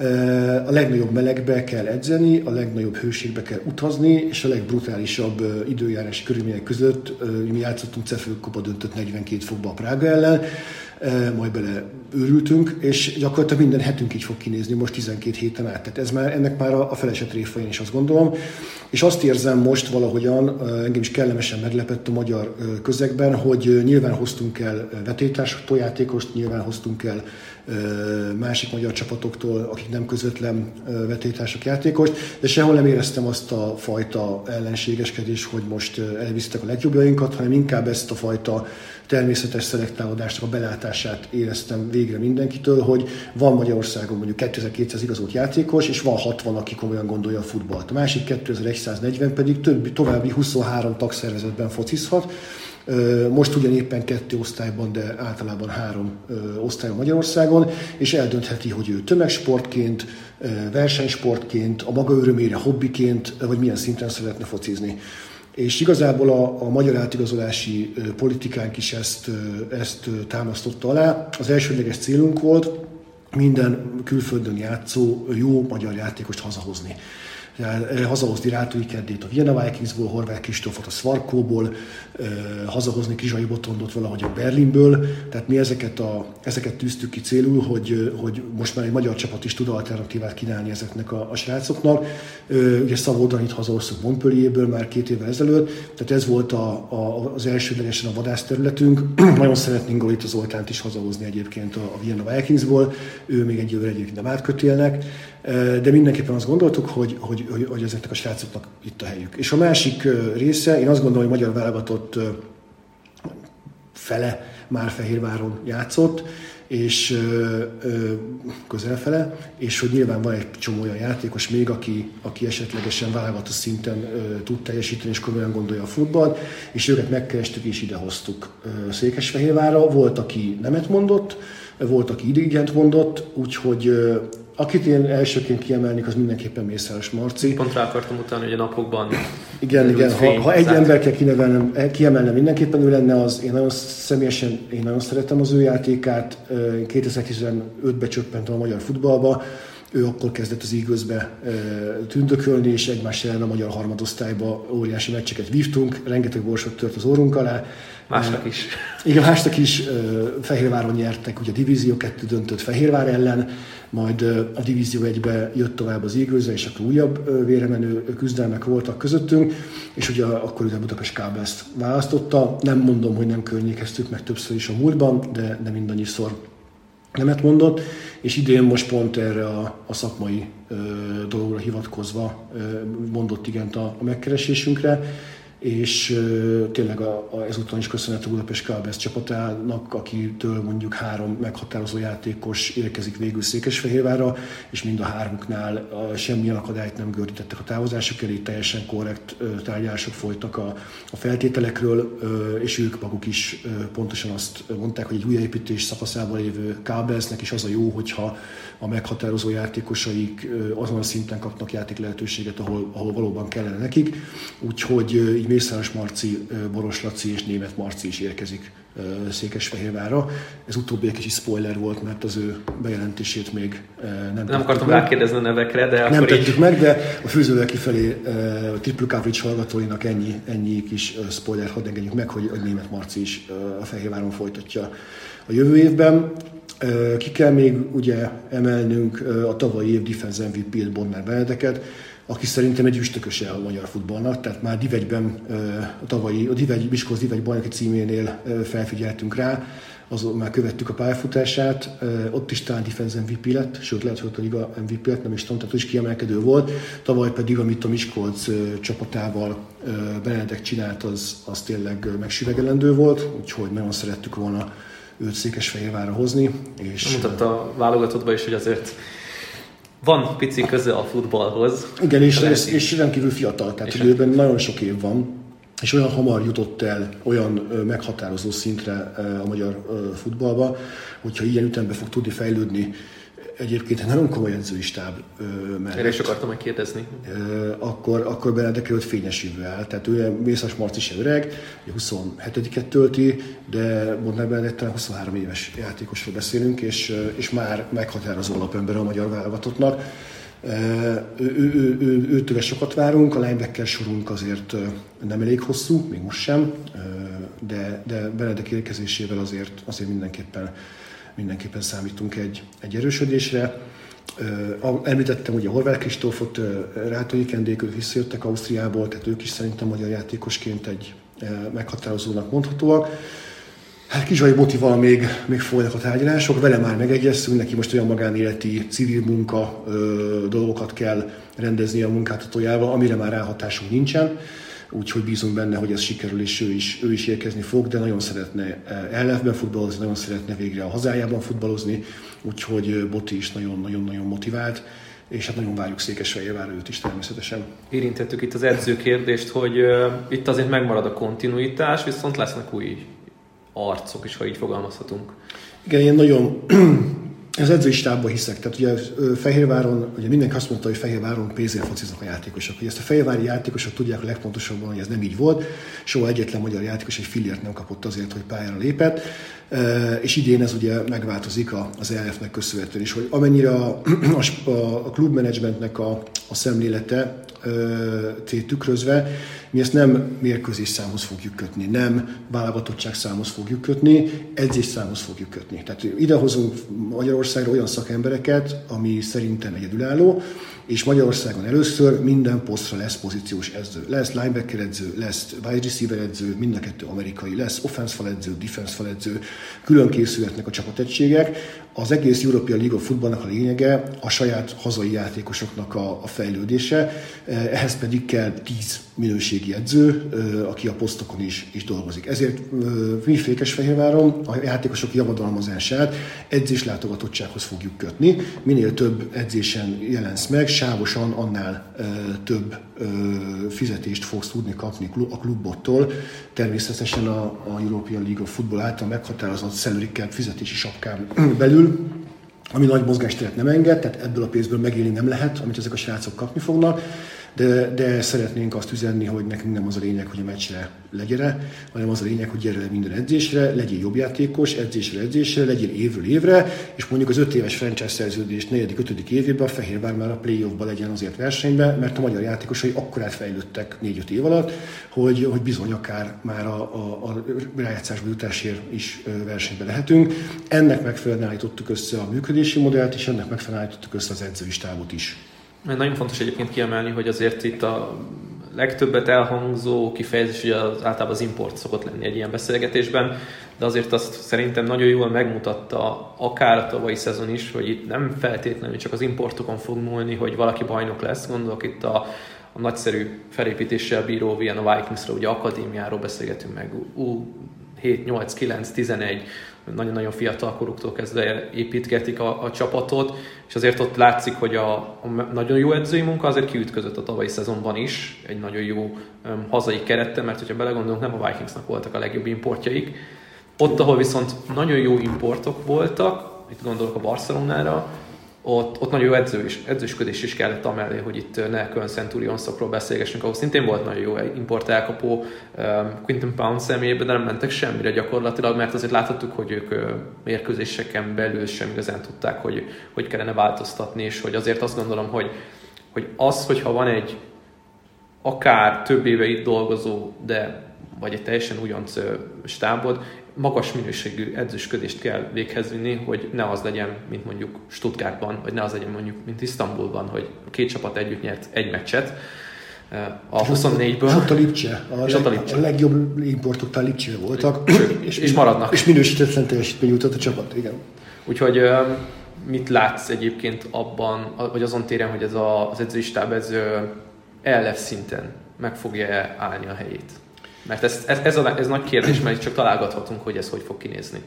A legnagyobb melegbe kell edzeni, a legnagyobb hőségbe kell utazni, és a legbrutálisabb időjárási körülmények között mi játszottunk CEFÖ Kupa döntött 42 fokba a Prága ellen, majd bele őrültünk, és gyakorlatilag minden hetünk így fog kinézni most 12 héten át. Tehát ennek már a felesett réfa, én is azt gondolom. És azt érzem most valahogyan, engem is kellemesen meglepett a magyar közegben, hogy nyilván hoztunk el vetélytársaktól játékost, nyilván hoztunk el másik magyar csapatoktól, akik nem közvetlen vetélytársak játékost, de sehol nem éreztem azt a fajta ellenségeskedést, hogy most elvisztek a legjobbjainkat, hanem inkább ezt a fajta természetes szelektálódásnak a belátását éreztem végre mindenkitől, hogy van Magyarországon mondjuk 2200 igazolt játékos, és van 60, aki komolyan gondolja a futballt. A másik 2140 pedig további 23 tagszervezetben focizhat. Most ugyan éppen 2 osztályban, de általában 3 osztályon Magyarországon, és eldöntheti, hogy ő tömegsportként, versenysportként, a maga örömére, hobbiként, vagy milyen szinten szeretne focizni. És igazából a magyar átigazolási politikánk is ezt támasztotta alá. Az elsődleges célunk volt, minden külföldön játszó jó magyar játékost hazahozni. Hazahozni Rátói Keddét a Vienna Vikingsból, Horváth Kristófot a Szvarkóból, hazahozni Kizsai Botondot valahogy a Berlinből. Tehát mi ezeket tűztük ki célul, hogy most már egy magyar csapat is tud alternatívát kínálni ezeknek a srácoknak. Ugye Szabó Danit hazahoztuk Montpellierből már 2 évvel ezelőtt, tehát ez volt az elsődlegesen a vadászterületünk. Nagyon szeretnénk Golita Zoltánt is hazahozni egyébként a Vienna Vikingsból, ő még egy jövőre egyébként nem átkötélnek, de mindenképpen azt gondoltuk, hogy ezeknek a srácoknak itt a helyük. És a másik része, én azt gondolom, hogy magyar válogatott fele már Fehérváron játszott, és közelfele, és hogy nyilván van egy csomó olyan játékos még, aki esetlegesen válogatott szinten tud teljesíteni, és komolyan gondolja a futballt, és őket megkerestük és idehoztuk Székesfehérvárra. Volt, aki nemet mondott, volt, aki igent mondott, úgyhogy akit én elsőként kiemelnék, az mindenképpen Mészáros Marci. Pont rá akartam utána, hogy a napokban... Igen. Ha egy ember kell kiemelnem, mindenképpen ő lenne az. Én nagyon szeretem az ő játékát. 2015-ben csöppentem a magyar futballba. Ő akkor kezdett az Eaglesbe tündökölni, és egymás ellen a magyar harmadosztályba óriási meccseket vívtunk. Rengeteg borsot tört az orrunk alá. Másnak is. Igen, másnak is. Fehérváron nyertek, ugye a Divízió 2 döntött Fehérvár ellen, majd a Divízió 1-be jött tovább az Eaglesbe, és akkor újabb véremenő küzdelmek voltak közöttünk, és ugye akkor ugye a Budapest Kábelt választotta. Nem mondom, hogy nem környékeztük meg többször is a múltban, de mindannyiszor nemet mondott, és idén most pont erre a szakmai dologra hivatkozva mondott igent a megkeresésünkre, és tényleg ezúttal is köszönhet a Budapest Kábelt csapatának, akitől mondjuk 3 meghatározó játékos érkezik végül Székesfehérvárra, és mind a 3-uknál semmilyen akadályt nem gördítettek a távozásuk elé, teljesen korrekt tárgyalások folytak a feltételekről, és ők maguk is pontosan azt mondták, hogy egy újjáépítés szakaszában lévő Kábeltnek is az a jó, hogyha a meghatározó játékosaik azon a szinten kapnak játék lehetőséget, ahol valóban kellene nekik. Úgyhogy így Mészáros Marci, Boros Laci és Németh Marci is érkezik Székesfehérvárra. Ez utóbbi egy kicsi spoiler volt, mert az ő bejelentését még nem akartam rákérdezni a nevekre, de nem tettük meg, de a főzővel kifelé a Triple Coverage hallgatóinak ennyi kis spoiler hadd engedjük meg, hogy Németh Marci is a Fehérváron folytatja a jövő évben. Ki kell még ugye emelnünk a tavalyi év Defense MVP-t, Bodnár Benedeket, aki szerintem egy üstököse a magyar futballnak, tehát már Divegyben, a Miskolc Divegy bajnoki címénél felfigyeltünk rá, azon már követtük a pályafutását, ott is talán Defense MVP lett, sőt lehet, hogy a Liga MVP lett, nem is tudom, tehát is kiemelkedő volt. Tavaly pedig, amit a Miskolc csapatával Benedek csinált, az tényleg megsüvegelendő volt, úgyhogy nagyon szerettük volna őt Székesfehérvárra hozni. És mutatta a válogatottba is, hogy azért van pici köze a futballhoz. Igen, és rendkívül fiatal, tehát időben nagyon sok év van, és olyan hamar jutott el olyan meghatározó szintre a magyar futballba, hogyha ilyen ütemben fog tudni fejlődni. Egyébként egy nagyon komoly edzői stáb mellett. Erre is akartam megkérdezni. Akkor Benedek előtt fényes jövő áll. Tehát ő Mészáros Marci sem öreg, 27-et tölti, de Bodnár Benedek talán 23 éves játékosról beszélünk, és már meghatározó alapember a magyar válogatottnak. Őtől sokat várunk, a linebacker sorunk azért nem elég hosszú, még most sem, de Benedek érkezésével azért mindenképpen számítunk egy erősödésre. Említettem ugye Horváth Kristófot, Rátói Kendék, ők visszajöttek Ausztriából, tehát ők is szerintem magyar játékosként egy meghatározónak mondhatóak. Hát Kizsai Botival még folynak a tárgyalások, vele már megegyeztünk, neki most olyan magánéleti, civil munka dolgokat kell rendezni a munkáltatójával, amire már ráhatásunk nincsen. Úgyhogy bízunk benne, hogy ez sikerül, és ő is érkezni fog, de nagyon szeretne ellenben futballozni, nagyon szeretne végre a hazájában futballozni, úgyhogy Boti is nagyon-nagyon motivált, és hát nagyon várjuk Székesfehérvárra őt is természetesen. Érintettük itt az edző kérdést, hogy itt azért megmarad a kontinuitás, viszont lesznek új arcok is, ha így fogalmazhatunk. Igen, én nagyon Az edzői stábban hiszek. Tehát ugye Fehérváron, ugye mindenki azt mondta, hogy Fehérváron pénzért fociznak a játékosok. Ugye ezt a fehérvári játékosok tudják a legpontosabban, hogy ez nem így volt. Soha egyetlen magyar játékos egy fillért nem kapott azért, hogy pályára lépett. És idén ez ugye megváltozik az ELF-nek köszönhetően is, hogy amennyire a klubmenedzsmentnek a szemlélete tükrözve, mi ezt nem mérkőzés számhoz fogjuk kötni, nem válogatottság számhoz fogjuk kötni, edzés számhoz fogjuk kötni. Tehát idehozunk Magyarországra olyan szakembereket, ami szerintem egyedülálló, és Magyarországon először minden posztra lesz pozíciós edző. Lesz linebacker edző, lesz wide receiver edző, mind a kettő amerikai, lesz offense fal edző, defense fal edző, külön készülhetnek a csapategységek. Az egész European League of Footballnak a lényege a saját hazai játékosoknak a fejlődése, ehhez pedig kell 10 minőségi edző, aki a posztokon is dolgozik. Ezért mi Székesfehérváron a játékosok javadalmazását edzéslátogatottsághoz fogjuk kötni. Minél több edzésen jelensz meg, sávosan annál több fizetést fogsz tudni kapni a klubottól. Természetesen a European League of Football által meghatározott salary cap fizetési sapkán belül, ami nagy mozgásteret nem enged, tehát ebből a pénzből megélni nem lehet, amit ezek a srácok kapni fognak. De szeretnénk azt üzenni, hogy nekünk nem az a lényeg, hogy a meccsre legyere, hanem az a lényeg, hogy gyere le minden edzésre, legyél jobb játékos, edzésre, legyél évről évre, és mondjuk az 5 éves franchise szerződés 4.-5. évében a Fehérvár már a play-offba legyen azért versenyben, mert a magyar játékosai akkorát fejlődtek 4-5 év alatt, hogy bizony akár már a rájátszásba jutásért is versenyben lehetünk. Ennek megfelelően állítottuk össze a működési modellt, és ennek megfelelően állítottuk össze az edzői stábot is. Nagyon fontos egyébként kiemelni, hogy azért itt a legtöbbet elhangzó kifejezés, hogy általában az import szokott lenni egy ilyen beszélgetésben, de azért azt szerintem nagyon jól megmutatta akár a tavalyi szezon is, hogy itt nem feltétlenül csak az importokon fog múlni, hogy valaki bajnok lesz. Gondolok itt a nagyszerű felépítéssel bíró Vienna Vikingsra, ugye akadémiáról beszélgetünk meg, U7, 8, 9, 11, nagyon-nagyon fiatal koruktól kezdve építgetik a csapatot, és azért ott látszik, hogy a nagyon jó edzői munka azért kiütközött a tavalyi szezonban is, egy nagyon jó hazai kerettel, mert hogyha belegondolunk, nem a Vikingsnak voltak a legjobb importjaik. Ott, ahol viszont nagyon jó importok voltak, itt gondolok a Barcelonára, ott nagyon jó edzősködés is kellett amellé, hogy itt ne Köln Centurionsokról beszélgessünk, ahol szintén volt nagyon jó import elkapó Quinton Pound személyében, de nem mentek semmire gyakorlatilag, mert azért láthattuk, hogy ők mérkőzéseken belül sem igazán tudták, hogy kellene változtatni, és hogy azért azt gondolom, hogy az, hogyha van egy akár több éve itt dolgozó, vagy egy teljesen újonc stábod, magas minőségű edzősködést kell véghez vinni, hogy ne az legyen, mint mondjuk Stuttgartban, vagy ne az legyen mondjuk, mint Isztambulban, hogy a két csapat együtt nyert egy meccset a 24-ből. És ott a Lipcse. A legjobb importok talán Lipcsébe voltak. És maradnak. És minősítetlen teljesítmény jutott a csapat, igen. Úgyhogy mit látsz egyébként abban, vagy azon téren, hogy ez az edzői stáb ELF szinten meg fogja állni a helyét? Mert ez nagy kérdés, mert csak találgathatunk, hogy ez hogy fog kinézni.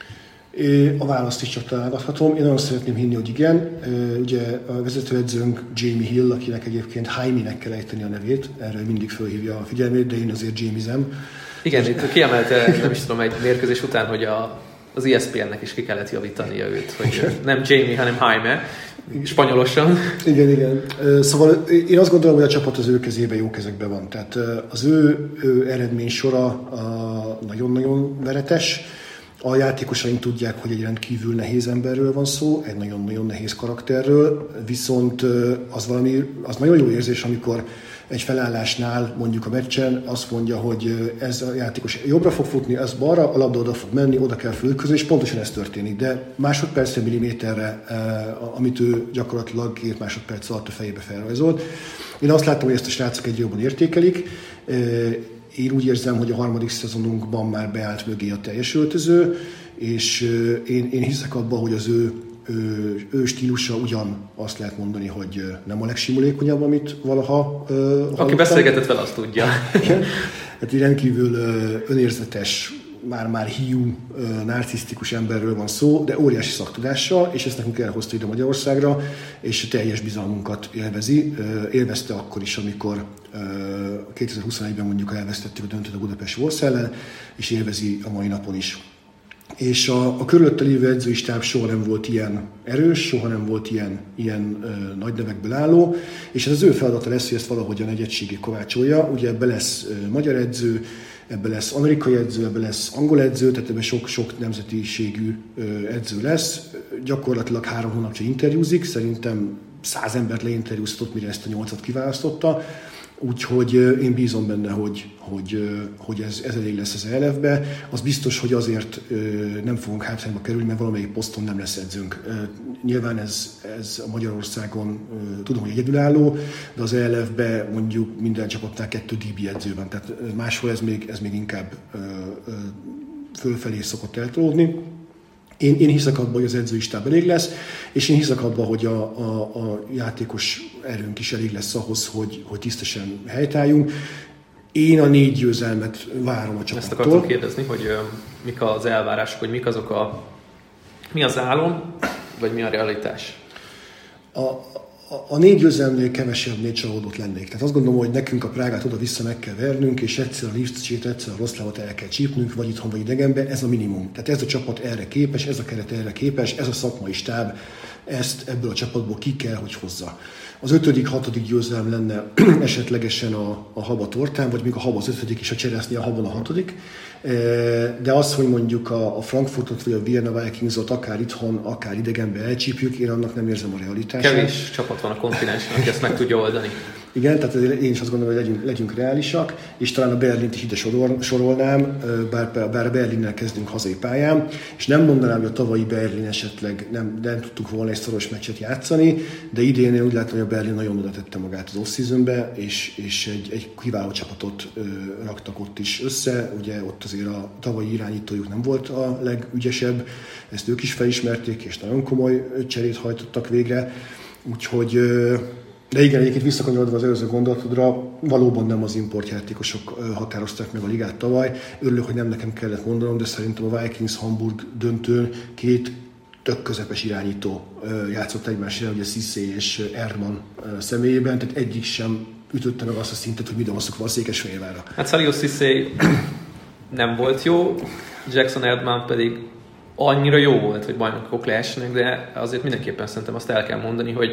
A választ is csak találgathatom. Én nagyon szeretném hinni, hogy igen. Ugye a vezetőedzőnk Jamie Hill, akinek egyébként Jaime-nek kell ejteni a nevét, erről mindig fölhívja a figyelmét, de én azért Jamie-zem. Igen, itt kiemelte, nem is tudom, egy mérkőzés után, hogy az ESPN-nek is ki kellett javítania őt, hogy nem Jamie, hanem Jaime, spanyolosan. Igen. Szóval én azt gondolom, hogy a csapat az ő kezében, jó kezekben van. Tehát az ő eredmény sora nagyon-nagyon veretes. A játékosaink tudják, hogy egy rendkívül nehéz emberről van szó, egy nagyon-nagyon nehéz karakterről, viszont az nagyon jó érzés, amikor egy felállásnál, mondjuk a meccsen azt mondja, hogy ez a játékos jobbra fog futni, ez balra, a labda oda fog menni, oda kell fölközni, és pontosan ez történik. De másodpercre, milliméterre, amit ő gyakorlatilag 2 másodperc alatt a fejébe felrajzolt. Én azt láttam, hogy ezt a srácok egy jobban értékelik. Én úgy érzem, hogy a 3. szezonunkban már beállt mögé a teljes öltöző, és én hiszek abban, hogy az ő stílusa ugyan azt lehet mondani, hogy nem a legsimulékonyabb, amit valaha hallottam. Aki beszélgetett vele, azt tudja. Hát egy rendkívül önérzetes, már hiú, narcisztikus emberről van szó, de óriási szaktudással, és ezt nekünk elhozta ide Magyarországra, és teljes bizalmunkat élvezi. Élvezte akkor is, amikor 2021-ben mondjuk elvesztettük a döntőt a Budapest Wolves ellen, és élvezi a mai napon is. és a körülötte lévő edzői stáb soha nem volt ilyen erős, soha nem volt ilyen nagy nevekből álló, és ez az ő feladata lesz, hogy ezt valahogyan egy egységé kovácsolja. Ugye ebbe lesz magyar edző, ebbe lesz amerikai edző, ebbe lesz angol edző, tehát ebbe sok nemzetiségű edző lesz. Gyakorlatilag 3 hónapja interjúzik, szerintem 100 embert leinterjúztatott, mire ezt a 8-at kiválasztotta. Úgyhogy én bízom benne, hogy ez elég lesz az ELF-be. Az biztos, hogy azért nem fogunk hátrányba kerülni, mert valamelyik poszton nem lesz edzőnk. Nyilván ez a Magyarországon tudom, hogy egyedülálló, de az ELF-be mondjuk minden csapatnál 2 DB edző van. Tehát máshol ez még inkább fölfelé szokott eltolódni. Én hiszek abban, hogy az edzői stáb elég lesz, és én hiszek abban, hogy a játékos erőnk is elég lesz ahhoz, hogy tisztesen helytálljunk. Én a 4 győzelmet várom a csapattól. Ezt akartam kérdezni, hogy mik az elvárások, hogy mi az álom, vagy mi a realitás? A 4 győzelmnél kevesebbnél csalódott lennék. Tehát azt gondolom, hogy nekünk a Prágát oda-vissza meg kell vernünk, és egyszer a Lipcsét, egyszer a Roszlávot el kell csípnünk, vagy itthon, vagy idegenben. Ez a minimum. Tehát ez a csapat erre képes, ez a keret erre képes, ez a szakmai stáb, ezt ebből a csapatból ki kell, hogy hozza. Az 5.-6. győzelem lenne esetlegesen a haba tortán, vagy még a haba az 5. és a cseresznye a habon a 6. De az, hogy mondjuk a Frankfurtot vagy a Vienna Vikingsot akár itthon, akár idegenben elcsípjük, én annak nem érzem a realitását. Kevés csapat van a kontinensen, aki ezt meg tudja oldani. Igen, tehát én is azt gondolom, hogy legyünk reálisak, és talán a Berlint is ide sorolnám, bár a Berlinnel kezdünk hazai pályán, és nem mondanám, hogy a tavalyi Berlin esetleg nem tudtuk volna egy szoros meccset játszani, de idén én úgy látom, hogy a Berlin nagyon oda tette magát az off-seasonbe, és egy kiváló csapatot raktak ott is össze. Ugye ott azért a tavalyi irányítójuk nem volt a legügyesebb, ezt ők is felismerték, és nagyon komoly cserét hajtottak végre. Úgyhogy, de igen, egyébként visszakanyarodva az előző gondolatodra, valóban nem az importjátékosok határozták meg a ligát tavaly. Örülök, hogy nem nekem kellett mondanom, de szerintem a Vikings-Hamburg döntőn 2 tök közepes irányító játszott egymásra, ugye Cissé és Erdmann személyében, tehát egyik sem ütötte meg azt a szintet, hogy mi domoszok van a Székesfehérvárra. Hát Salio Cissé nem volt jó, Jackson Erdmann pedig annyira jó volt, hogy bajnokok lehessenek, de azért mindenképpen szerintem azt el kell mondani, hogy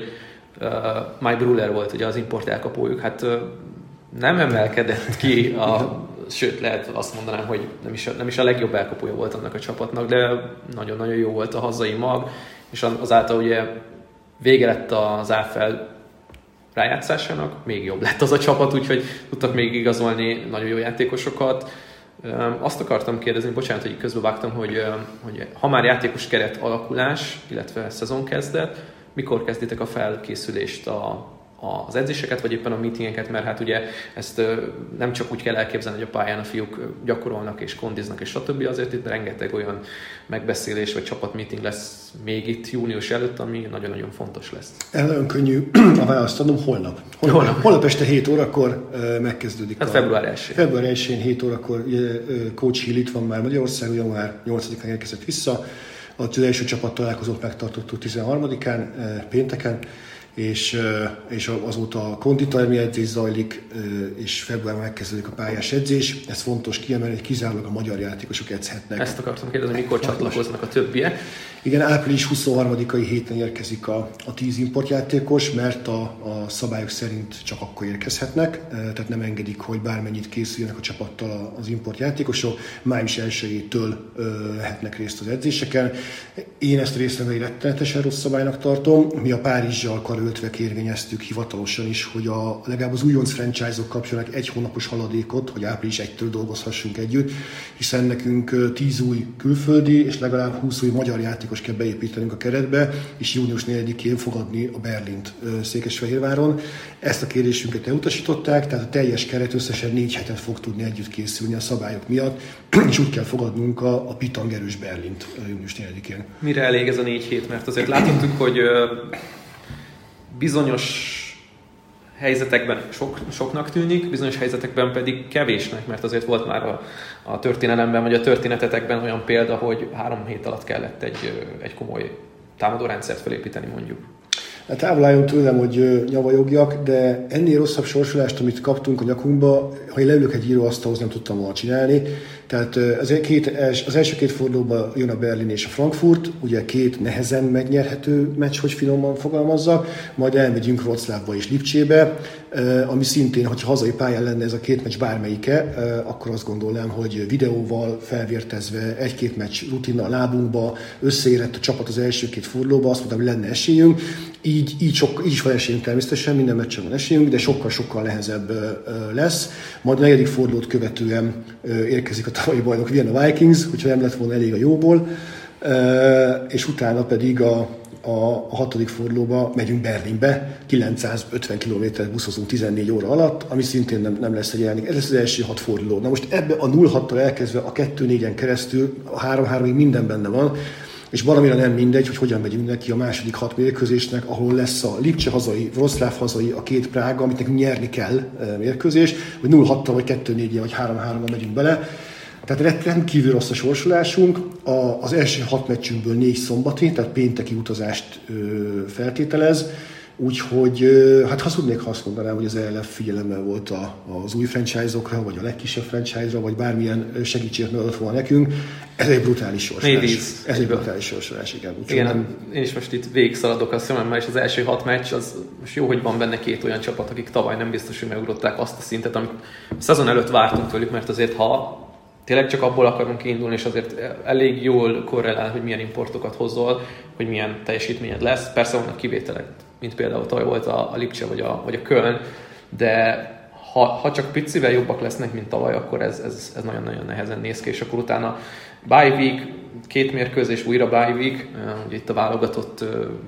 Mike Bruller volt ugye az import elkapójuk, hát nem emelkedett ki, sőt lehet azt mondanám, hogy nem is a legjobb elkapója volt annak a csapatnak, de nagyon-nagyon jó volt a hazai mag, és azáltal ugye vége lett az AFL rájátszásának, még jobb lett az a csapat, úgyhogy tudtak még igazolni nagyon jó játékosokat. Azt akartam kérdezni, bocsánat, hogy közbevágtam, hogy ha már játékos keret alakulás, illetve szezonkezdet, mikor kezditek a felkészülést az edzéseket, vagy éppen a meetingeket, mert hát ugye ezt nem csak úgy kell elképzelni, hogy a pályán a fiúk gyakorolnak és kondiznak és stb. Azért itt rengeteg olyan megbeszélés vagy csapatmeeting lesz még itt június előtt, ami nagyon-nagyon fontos lesz. Nagyon könnyű a választ adnom, holnap este 7 órakor megkezdődik. Hát február 1-én. Február 1-én 7 órakor Coach Hill itt van már Magyarországon, január 8-án érkezett vissza. Az első csapat találkozót megtartottuk 13-án, pénteken, és azóta a konditermi edzés zajlik, és februárban megkezdődik a pályás edzés. Ez fontos kiemelni, hogy kizárólag a magyar játékosok edzhetnek. Ezt akartam kérdezni, mikor csatlakoznak a többiek? Igen, április 23-ai héten érkezik a 10 importjátékos, mert a szabályok szerint csak akkor érkezhetnek, tehát nem engedik, hogy bármennyit készüljenek a csapattal az importjátékosok. Május 1-től lehetnek részt az edzéseken. Én ezt részleges rettenetesen rossz szabálynak tartom. Mi a Párizsal karöltve kérvényeztük hivatalosan is, hogy legalább az újonc franchise-ok kapjanak 1 hónapos haladékot, hogy április 1-től dolgozhassunk együtt, hiszen nekünk 10 új külföldi és legalább 20 új magyar játékos kell beépítenünk a keretbe, és június 4-én fogadni a Berlint Székesfehérváron. Ezt a kérésünket elutasították, tehát a teljes keret összesen 4 hetet fog tudni együtt készülni a szabályok miatt, és úgy kell fogadnunk a pitangerős Berlint június 4-én. Mire elég ez a 4 hét? Mert azért láthatjuk, hogy bizonyos helyzetekben soknak tűnik, bizonyos helyzetekben pedig kevésnek, mert azért volt már a történelemben, vagy a történetetekben olyan példa, hogy 3 hét alatt kellett egy komoly támadórendszert felépíteni mondjuk. Hát távol álljon tőlem, hogy nyavajogjak, de ennél rosszabb sorsolást, amit kaptunk a nyakunkba, ha én leülök egy íróasztalhoz, nem tudtam volna csinálni. Tehát az első két fordulóban jön a Berlin és a Frankfurt, ugye két nehezen megnyerhető meccs, hogy finoman fogalmazzak, majd elmegyünk Wroclawba és Lipcsébe, ami szintén, hogyha hazai pályán lenne ez a két meccs bármelyike, akkor azt gondolnám, hogy videóval felvértezve, egy-két meccs rutinnal a lábunkba, összeérett a csapat az első két fordulóba, azt mondtam, hogy lenne esélyünk. Így is van esélyünk természetesen, minden meccsen van esélyünk, de sokkal nehezebb lesz. Majd a negyedik fordulót követően érkezik a tavalyi bajnok Vienna Vikings, hogyha nem lett volna elég a jóból, és utána pedig a hatodik fordulóba megyünk Berlinbe, 950 km buszozunk 14 óra alatt, ami szintén nem lesz egy jelenik. Ez lesz az első 6 forduló. Na most ebbe a 0-6-tól elkezdve a 2-4-en keresztül, a 3-3-ig minden benne van, és valamire nem mindegy, hogy hogyan megyünk neki a második 6 mérkőzésnek, ahol lesz a Lipcse hazai, Wroclaw hazai, a két Prága, amit nekünk nyerni kell mérkőzés, hogy 0-6-tal, vagy 2-4-en, vagy 3-3-ban megyünk bele. Tehát rendkívül rossz a sorsolásunk. Az első 6 meccsünkből 4 szombati, tehát pénteki utazást feltételez. Úgyhogy hát hazudnék, ha azt mondanám, hogy az ELF figyelemmel volt az új franchise-okra, vagy a legkisebb franchise-ra, vagy bármilyen segítséget megadott volna nekünk. Ez egy brutális sorsolás. Ez egy brutális sorsolás, igen. Igen, én is most itt végigszaladok a szememmel, és az első 6 meccs, az most jó, hogy van benne két olyan csapat, akik tavaly nem biztos, hogy megugrották azt a szintet, amit a szezon előtt vártunk tőlük, mert azért ha tényleg csak abból akarunk kiindulni, és azért elég jól korrelál, hogy milyen importokat hozol, hogy milyen teljesítményed lesz. Persze vannak kivételek, mint például tavaly volt a Lipcse vagy a Köln, de ha csak picivel jobbak lesznek, mint tavaly, akkor ez nagyon-nagyon nehezen néz ki, és akkor utána bye week, 2 mérkőzés, újra bye week, ugye itt a válogatott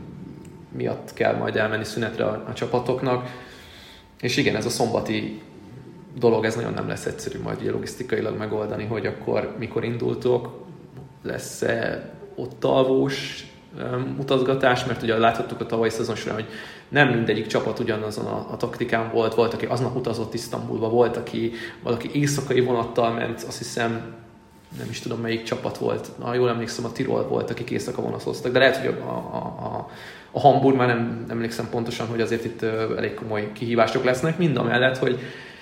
miatt kell majd elmenni szünetre a csapatoknak, és igen, ez a szombati dolog, ez nagyon nem lesz egyszerű majd ugye logisztikailag megoldani, hogy akkor mikor indultok, lesz-e ott alvós utazgatás, mert ugye láthattuk a tavalyi szezon során, hogy nem mindegyik csapat ugyanazon a taktikán volt, aki aznap utazott Isztambulba, volt, aki valaki éjszakai vonattal ment, azt hiszem, nem is tudom melyik csapat volt, jól emlékszem, a Tirol volt, akik éjszaka vonatoztak, de lehet, hogy a Hamburg, már nem emlékszem pontosan, hogy azért itt elég komoly kihívások lesznek, mind a mellett, hogy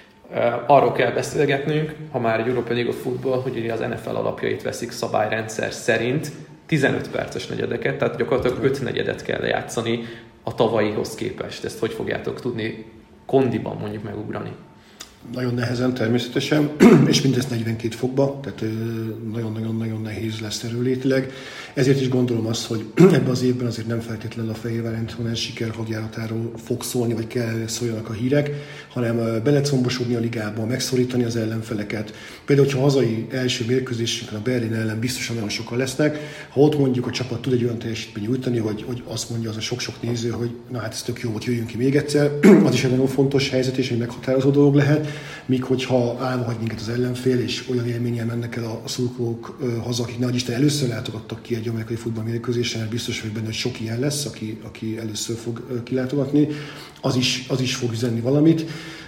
arról kell beszélgetnünk, ha már egy Europa League of Football, hogy az NFL alapjait veszik szabályrendszer szerint 15 perces negyedeket, tehát gyakorlatilag 5 negyedet kell játszani a tavalyihoz képest. Ezt hogy fogjátok tudni kondiban mondjuk megugrani? Nagyon nehezen természetesen, és mindezt 42 fokba, tehát nagyon-nagyon nehéz lesz erőlétileg. Ezért is gondolom azt, hogy ebben az évben azért nem feltétlenül a Fehérvár Antonás sikerhagjáratáról fog szólni, vagy kell szóljanak a hírek, hanem belecombosodni a ligába, megszorítani az ellenfeleket. Például, hogyha hazai első mérkőzésünkön a Berlin ellen biztosan nagyon sokan lesznek, ha ott mondjuk a csapat tud egy olyan teljesítményt nyújtani, hogy azt mondja az a sok-sok néző, hogy na hát ez tök jó volt, jöjjünk ki még egyszer, az is egy nagyon fontos helyzet és egy meghatározó dolog lehet. Míg hogyha állva hagy minket az ellenfél, és olyan élménnyel mennek el a szurkolók haza, akik nagy Isten először látogattak ki egy amerikai futballmérkőzésen, mert biztos vagyok benne, hogy sok ilyen lesz, aki először fog kilátogatni, az is fog üzenni valamit.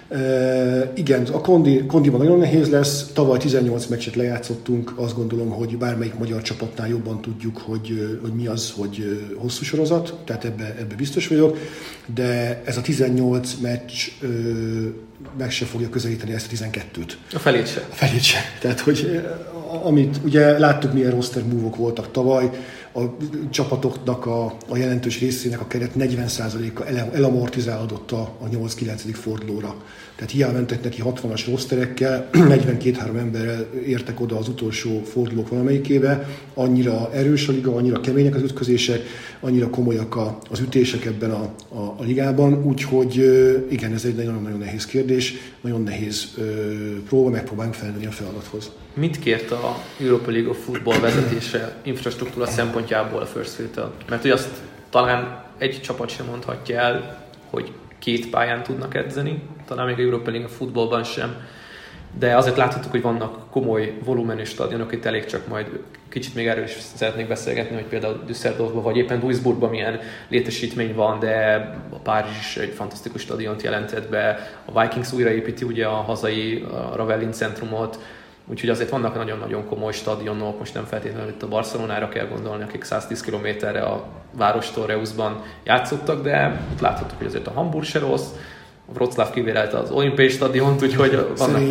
Igen, a kondiban nagyon nehéz lesz, tavaly 18 meccset lejátszottunk, azt gondolom, hogy bármelyik magyar csapatnál jobban tudjuk, hogy mi az, hogy hosszú sorozat, tehát ebbe biztos vagyok, de ez a 18 meccs meg se fogja közelíteni ezt a 12-t. A felét se. A felét se. Tehát, hogy amit ugye láttuk, milyen roster move-ok voltak tavaly, a csapatoknak a jelentős részének a keret 40%-a elamortizálódott a 8-9. fordulóra. Tehát hiába mentek neki 60-as rosterekkel, 42-3 emberrel értek oda az utolsó fordulók valamelyikébe. Annyira erős a liga, annyira kemények az ütközések, annyira komolyak az ütések ebben a ligában. Úgyhogy igen, ez egy nagyon-nagyon nehéz kérdés, nagyon nehéz próba, megpróbálunk felvenni a feladathoz. Mit kért a Europa League of Football vezetése infrastruktúra szempontjából a First Field-től? Mert ugye azt talán egy csapat sem mondhatja el, hogy 2 pályán tudnak edzeni, talán még a Europa League of Footballban sem, de azért láthatjuk, hogy vannak komoly volumenű stadionok, itt elég csak majd kicsit még erről is szeretnék beszélgetni, hogy például Düsseldorfban vagy éppen Duisburgban milyen létesítmény van, de a Párizs is egy fantasztikus stadiont jelentett be, a Vikings újraépíti ugye a hazai Ravelin centrumot, úgyhogy azért vannak nagyon-nagyon komoly stadionok, most nem feltétlenül itt a Barcelonára kell gondolni, akik 110 kilométerre a várostól Reusban játszottak, de itt láthattuk, hogy azért a Hamburg se rossz, Wroclaw kibérelte az olimpiai stadiont, úgyhogy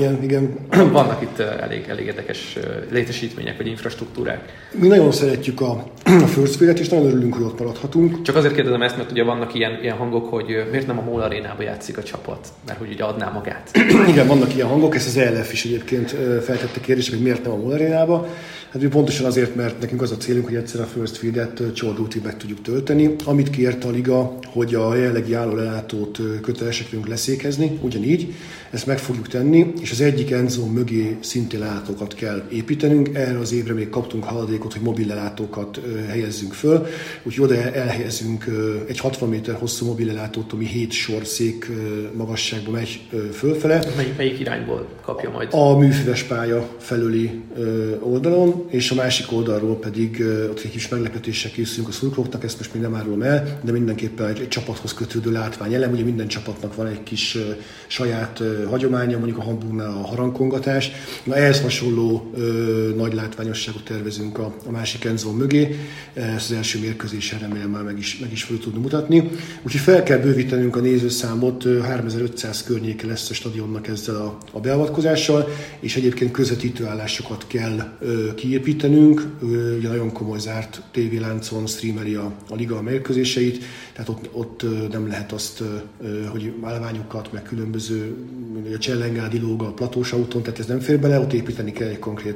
vannak itt elég érdekes létesítmények vagy infrastruktúrák. Mi nagyon szeretjük a First Field-et, és nagyon örülünk, hogy ott maradhatunk. Csak azért kérdezem ezt, mert ugye vannak ilyen hangok, hogy miért nem a MOL arénába játszik a csapat, mert hogy ugye adná magát. Igen, vannak ilyen hangok, ezt az ELF is egyébként feltette kérdést, hogy miért nem a MOL arénába. Hát pontosan azért, mert nekünk az a célunk, hogy egyszer a First Field-et csordultig meg tudjuk tölteni. Amit kérte a liga, hogy a jelenlegi állólelátót kötelesek vagyunk leszékezni, ugyanígy, ezt meg fogjuk tenni, és az egyik endzone mögé szintén lelátókat kell építenünk. Erre az évre még kaptunk haladékot, hogy mobil lelátókat helyezzünk föl, úgyhogy oda elhelyezünk egy 60 méter hosszú mobil lelátót, ami 7 sorszáék magasságba megy fölfele. Melyik irányból kapja majd? A műfüves pálya felüli oldalon, és a másik oldalról pedig ott egy kis meglepetéssel készülünk a szurkolóknak, ezt most még nem árulom el, de mindenképpen egy csapathoz kötődő látványelem. Ugye minden csapatnak van egy kis saját hagyománya, mondjuk a Hamburgnál a harangkongatás. Na, ehhez hasonló nagy látványosságot tervezünk a másik endzone mögé. Ezt az első mérkőzésen remélem már meg is fel tudni mutatni. Úgyhogy fel kell bővítenünk a nézőszámot, 3500 környéke lesz a stadionnak ezzel a beavatkozással, és egyébként közvetítőállásokat kell kiépítenünk. Ugye nagyon komoly zárt tévéláncon streameli a liga a mérkőzéseit, tehát ott nem lehet azt, hogy állványokat, meg különböző a Csellengádi lóg a platós autón, tehát ez nem fér bele, ott építeni kell egy konkrét...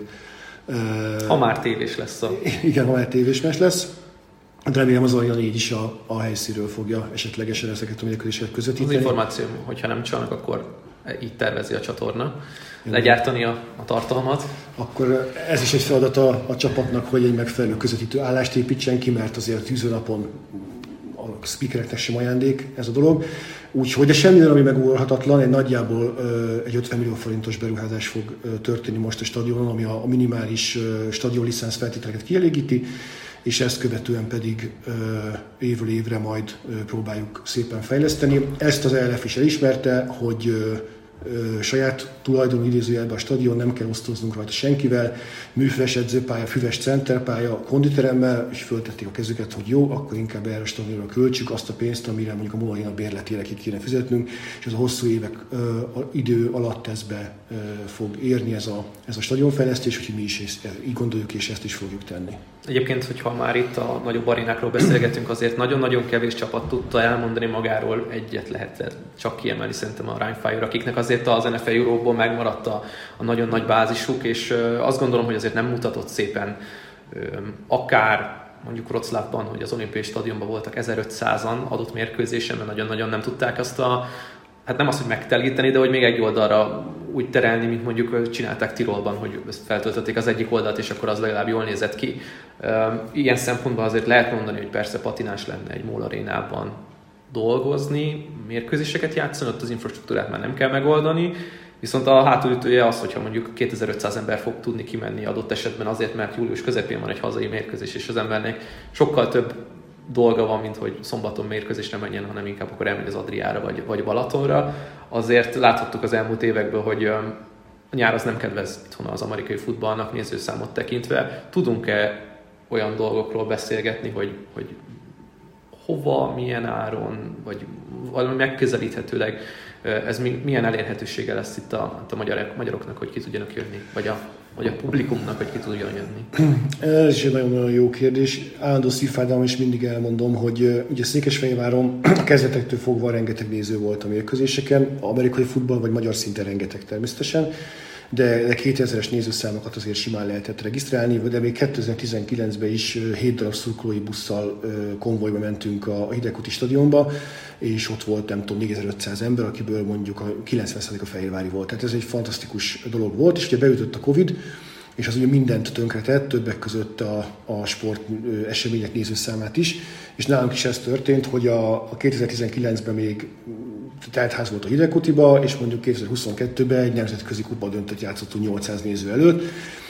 Ha már tévés lesz Igen, ha már tévés mes lesz. De remélem az olyan így is a helyszínről fogja esetlegesen ezeket a mérkőzéseket közvetíteni. Az információ, hogyha nem csalnak, akkor így tervezi a csatorna legyártani a tartalmat. Akkor ez is egy feladat a csapatnak, hogy egy megfelelő közvetítő állást építsen ki, mert azért tűzőnapon a speakereknek sem ajándék ez a dolog. Úgyhogy de semmilyen, ami megugorhatatlan, egy nagyjából egy 50 millió forintos beruházás fog történni most a stadionon, ami a minimális stadionlicensz feltételeket kielégíti, és ezt követően pedig évről évre majd próbáljuk szépen fejleszteni. Ezt az ELF is elismerte, hogy saját tulajdonú idézőjelben a stadion, nem kell osztoznunk rajta senkivel, műfüves edzőpálya, füves centerpálya, konditeremmel, és föltették a kezüket, hogy jó, akkor inkább erre a stadionra költsük azt a pénzt, amire mondjuk a MOL Aréna bérletére ki kéne fizetnünk, és ez a hosszú évek idő alatt ez be fog érni ez a stadionfejlesztés, úgyhogy mi is így gondoljuk, és ezt is fogjuk tenni. Egyébként, hogyha már itt a nagyobb arénákról beszélgetünk, azért nagyon-nagyon kevés csapat tudta elmondani magáról, egyet lehet csak kiemelni szerintem a Rheinfire, akiknek azért az NFL Europe-ból megmaradt a nagyon nagy bázisuk, és azt gondolom, hogy azért nem mutatott szépen, akár mondjuk Wroclawban, hogy az olimpiai stadionban voltak 1500-an adott mérkőzésen, mert nagyon-nagyon nem tudták azt hát nem azt, hogy megtelíteni, de hogy még egy oldalra úgy terelni, mint mondjuk csinálták Tirolban, hogy feltöltötték az egyik oldalt, és akkor az legalább jól nézett ki. Ilyen szempontból azért lehet mondani, hogy persze patinás lenne egy MOL arénában dolgozni, mérkőzéseket játszani, ott az infrastruktúrát már nem kell megoldani, viszont a hátulütője az, hogyha mondjuk 2500 ember fog tudni kimenni adott esetben azért, mert július közepén van egy hazai mérkőzés, és az embernek sokkal több dolga van, mint hogy szombaton mérkőzésre menjen, hanem inkább akkor elmegy az Adriára vagy Balatonra. Azért láthattuk az elmúlt években, hogy a nyár az nem kedvez itthon az amerikai futballnak nézőszámot tekintve. Tudunk-e olyan dolgokról beszélgetni, hogy hova, milyen áron, vagy valami megközelíthetőleg ez milyen elérhetősége lesz itt a magyaroknak, hogy ki tudjanak jönni, vagy a publikumnak, hogy ki tudjon jönni? Ez is egy nagyon-nagyon jó kérdés. Állandó szívfájdalom, és mindig elmondom, hogy ugye Székesfehérváron a kezdetektől fogva rengeteg néző volt a mérkőzéseken, amerikai futball vagy magyar szinten rengeteg természetesen, de 2000-es nézőszámokat azért simán lehetett regisztrálni, de még 2019-ben is 7 darab szurkolói busszal konvojba mentünk a Hidegkúti stadionba, és ott volt, nem tudom, 4500 ember, akiből mondjuk a 90% a fehérvári volt. Tehát ez egy fantasztikus dolog volt, és ugye beütött a Covid, és az ugye mindent tönkretett, többek között a sport események nézőszámát is, és nálunk is ez történt, hogy a 2019-ben még teltház volt a Hidegkútiba, és mondjuk 2022-ben egy nemzetközi kupa döntőt játszottunk 800 néző előtt,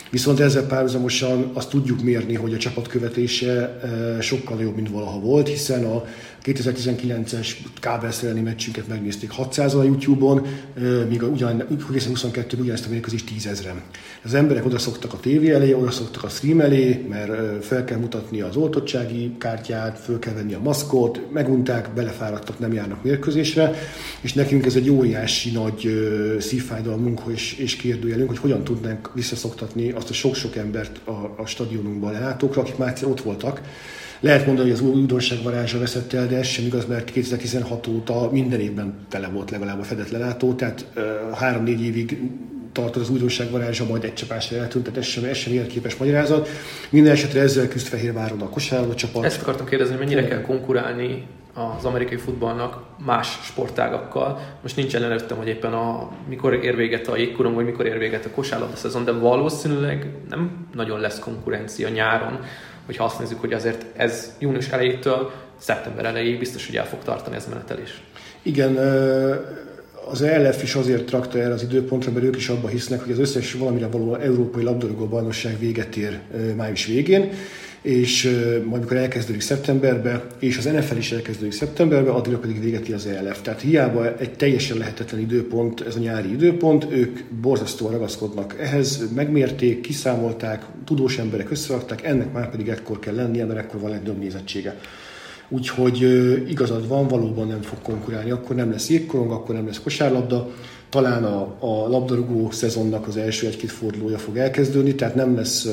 Viszont ezzel párhuzamosan azt tudjuk mérni, hogy a csapatkövetése sokkal jobb, mint valaha volt, hiszen a 2019-es kábelszerelni meccsünket megnézték 600-an a YouTube-on, míg egészen 22-ben ugyanezt a mérkőzést 10 000-en. Az emberek odaszoktak a tévé elé, odaszoktak a stream elé, mert fel kell mutatni az oltottsági kártyát, föl kell venni a maszkot, megunták, belefáradtak, nem járnak mérkőzésre, és nekünk ez egy óriási nagy szívfájdalmunk és kérdőjelünk, hogy hogyan tudnánk visszaszoktatni azt a sok-sok embert a stadionunkban lelátókra, akik már ott voltak. Lehet mondani, hogy az újdonság varázsa veszett el, de ez sem igaz, mert 2016 óta minden évben tele volt legalább a fedett lelátó, tehát 3-4 évig tartott az újdonság varázsa, majd egy csapásra eltűnt, tehát ez sem érképes magyarázat. Minden esetre ezzel küzd Fehérváron a kosárlabda csapat. Ezt akartam kérdezni, hogy mennyire kell konkurálni az amerikai futballnak más sportágakkal. Most nincsen előttem, hogy éppen mikor ér véget a jégkorong, vagy mikor ér véget a kosárlabda szezon, de valószínűleg nem nagyon lesz konkurencia nyáron, hogyha azt nézzük, hogy azért ez június elejétől szeptember elejéig biztos, hogy el fog tartani ez a menetelés. Igen, az ELF is azért rakta el az időpontra, mert ők is abban hisznek, hogy az összes valamire való európai labdarúgó bajnokság véget ér május végén, és majd mikor elkezdődik szeptemberben, és az NFL is elkezdődik szeptemberben, addigra pedig véget ér az ELF. Tehát hiába egy teljesen lehetetlen időpont, ez a nyári időpont, ők borzasztóan ragaszkodnak ehhez, megmérték, kiszámolták, tudós emberek összerakták, ennek már pedig ekkor kell lennie, mert ekkor van legnagyobb nézettsége. Úgyhogy igazad van, valóban nem fog konkurálni, akkor nem lesz jégkorong, akkor nem lesz kosárlabda, talán a labdarúgó szezonnak az első 1-2 fordulója fog elkezdődni, tehát nem lesz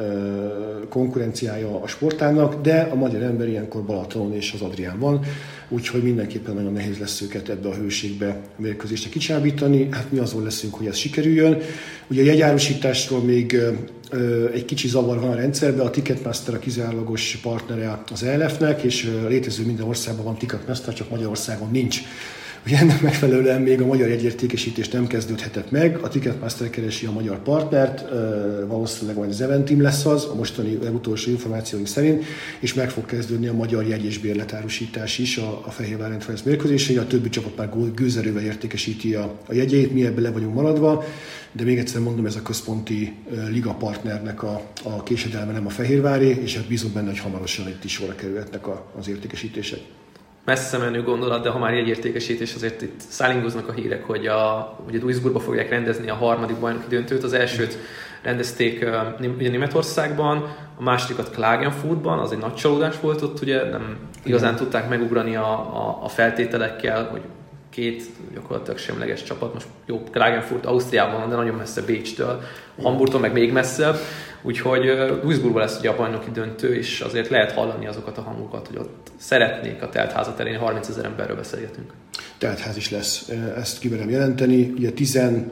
konkurenciája a sportágnak, de a magyar ember ilyenkor Balatonon és az Adrián van, úgyhogy mindenképpen nagyon nehéz lesz őket ebbe a hőségbe a mérkőzésre kicsábítani. Hát mi azon leszünk, hogy ez sikerüljön. Ugye a jegyárusításról még egy kicsi zavar van a rendszerben, a Ticketmaster a kizárólagos partnere az ELF-nek, és létező minden országban van Ticketmaster, csak Magyarországon nincs. Ugye ennek megfelelően még a magyar jegyértékesítés nem kezdődhetett meg, a Ticketmaster keresi a magyar partnert, valószínűleg majd az Eventim lesz az, a mostani utolsó információink szerint, és meg fog kezdődni a magyar jegy- és bérletárusítás is a Fehérvár Enterprise mérkőzésén, a többi csapat már gőzerővel értékesíti a jegyeit, mi ebben le vagyunk maradva, de még egyszer mondom, ez a központi liga partnernek a késedelme, nem a Fehérváré, és hát bízunk benne, hogy hamarosan itt is sorra kerülhetnek az értékesítések. Messze menő gondolat, de ha már jegyértékesítés, azért itt szállingoznak a hírek, hogy ugye Duisburgba fogják rendezni a harmadik bajnoki döntőt. Az elsőt rendezték ugye Németországban, a másodikat Klagenfurtban, az egy nagy csalódás volt ott, ugye nem igazán tudták megugrani a feltételekkel, hogy két gyakorlatilag semleges csapat, most jó, Klagenfurt Ausztriában van, de nagyon messze Bécstől, Hamburgtól meg még messzebb, úgyhogy Duisburgban lesz ugye a bajnoki döntő, és azért lehet hallani azokat a hangokat, hogy ott szeretnék a teltházat elérni, 30 000 emberről beszélgetünk. Teltház is lesz, ezt kimerem jelenteni, ugye 13